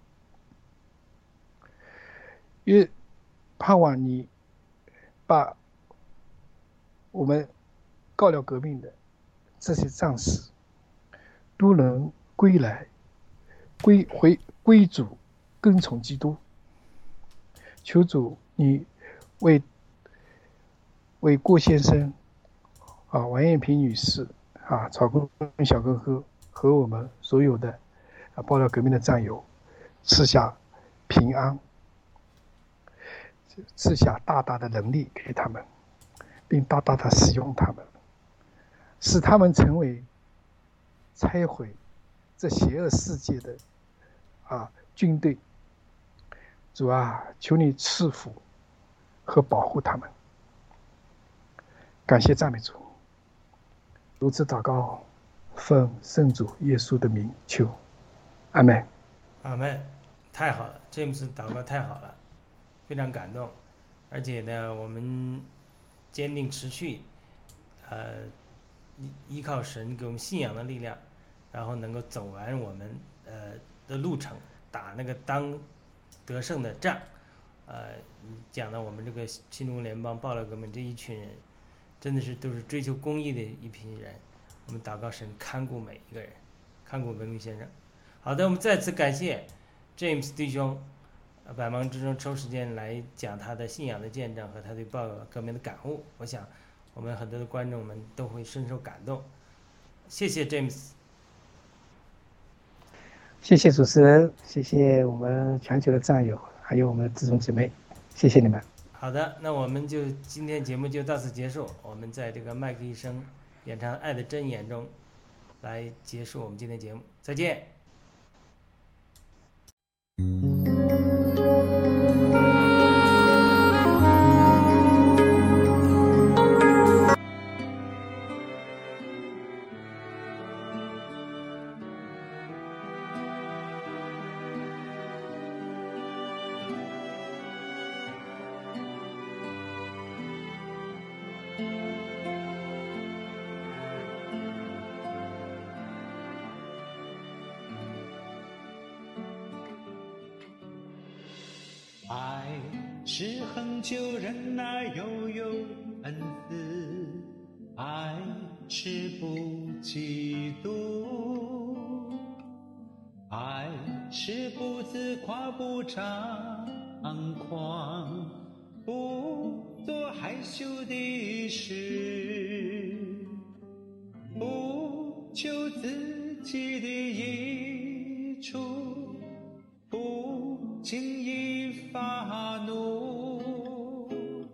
Speaker 3: 也盼望你把我们告了革命的这些战士都能归来，归回归主，跟从基督。求主你为为郭先生啊、王艳萍女士啊、草根小哥哥和我们所有的啊爆料革命的战友赐下平安，赐下大大的能力给他们，并大大的使用他们，使他们成为拆毁这邪恶世界的啊军队。主啊，求你赐福和保护他们。感谢赞美主，如此祷告，奉圣主耶稣的名求，阿门。
Speaker 2: 阿门。太好了，詹姆斯祷告太好了，非常感动，而且呢，我们坚定持续，呃，依靠神给我们信仰的力量，然后能够走完我们呃的路程，打那个当得胜的仗。呃，讲到我们这个新中国联邦爆料革命这一群人，真的是都是追求公义的一批人。我们祷告神看顾每一个人，看顾文贵先生。好的，我们再次感谢 James 弟兄，百忙之中抽时间来讲他的信仰的见证和他对爆料革命的感悟。我想，我们很多的观众们都会深受感动。谢谢 James。
Speaker 3: 谢谢主持人，谢谢我们全球的战友，还有我们的弟兄姊妹，谢谢你们。
Speaker 2: 好的，那我们就今天节目就到此结束。我们在这个麦克医生演唱《爱的箴言》中来结束我们今天节目，再见。
Speaker 4: 是恒久忍耐，又有恩慈，爱是不嫉妒，爱是不自夸，不张狂，不做害羞的事，不求自己的益处，不轻易发怒，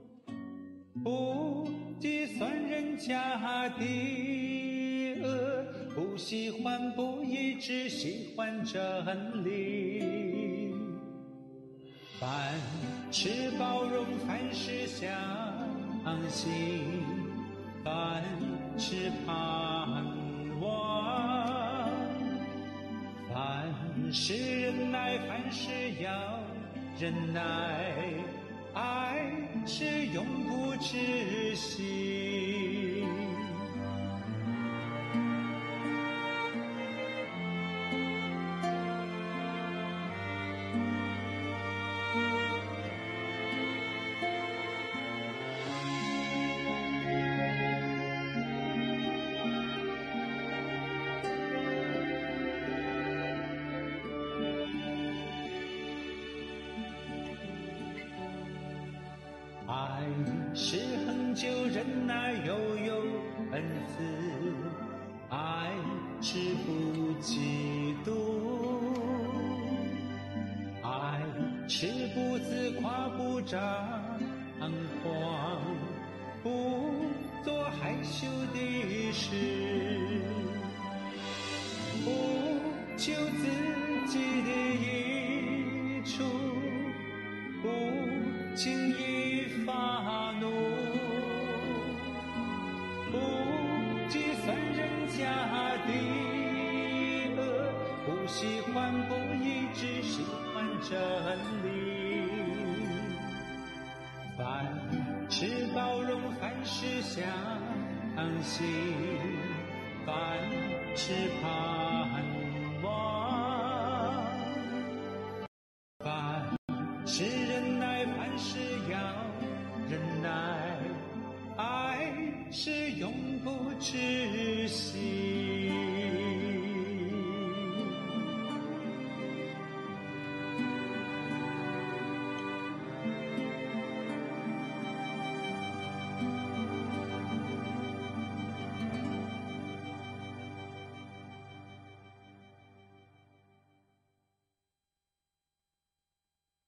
Speaker 4: 不计算人家的恶，不喜欢不义，只喜欢真理。凡事包容，凡事相信，凡事盼望，凡事忍耐，凡事要忍耐，爱是永不止息。爱是恒久忍耐，又有恩慈，爱是不嫉妒，爱是不自夸，不张狂，不做害羞的事，不求自己的益处，不轻易发怒，不计算人家的恶，不喜欢不义，只喜欢真理。凡事包容，凡事相信，凡事盼望，凡是忍耐，凡事要忍耐，爱是永不止息。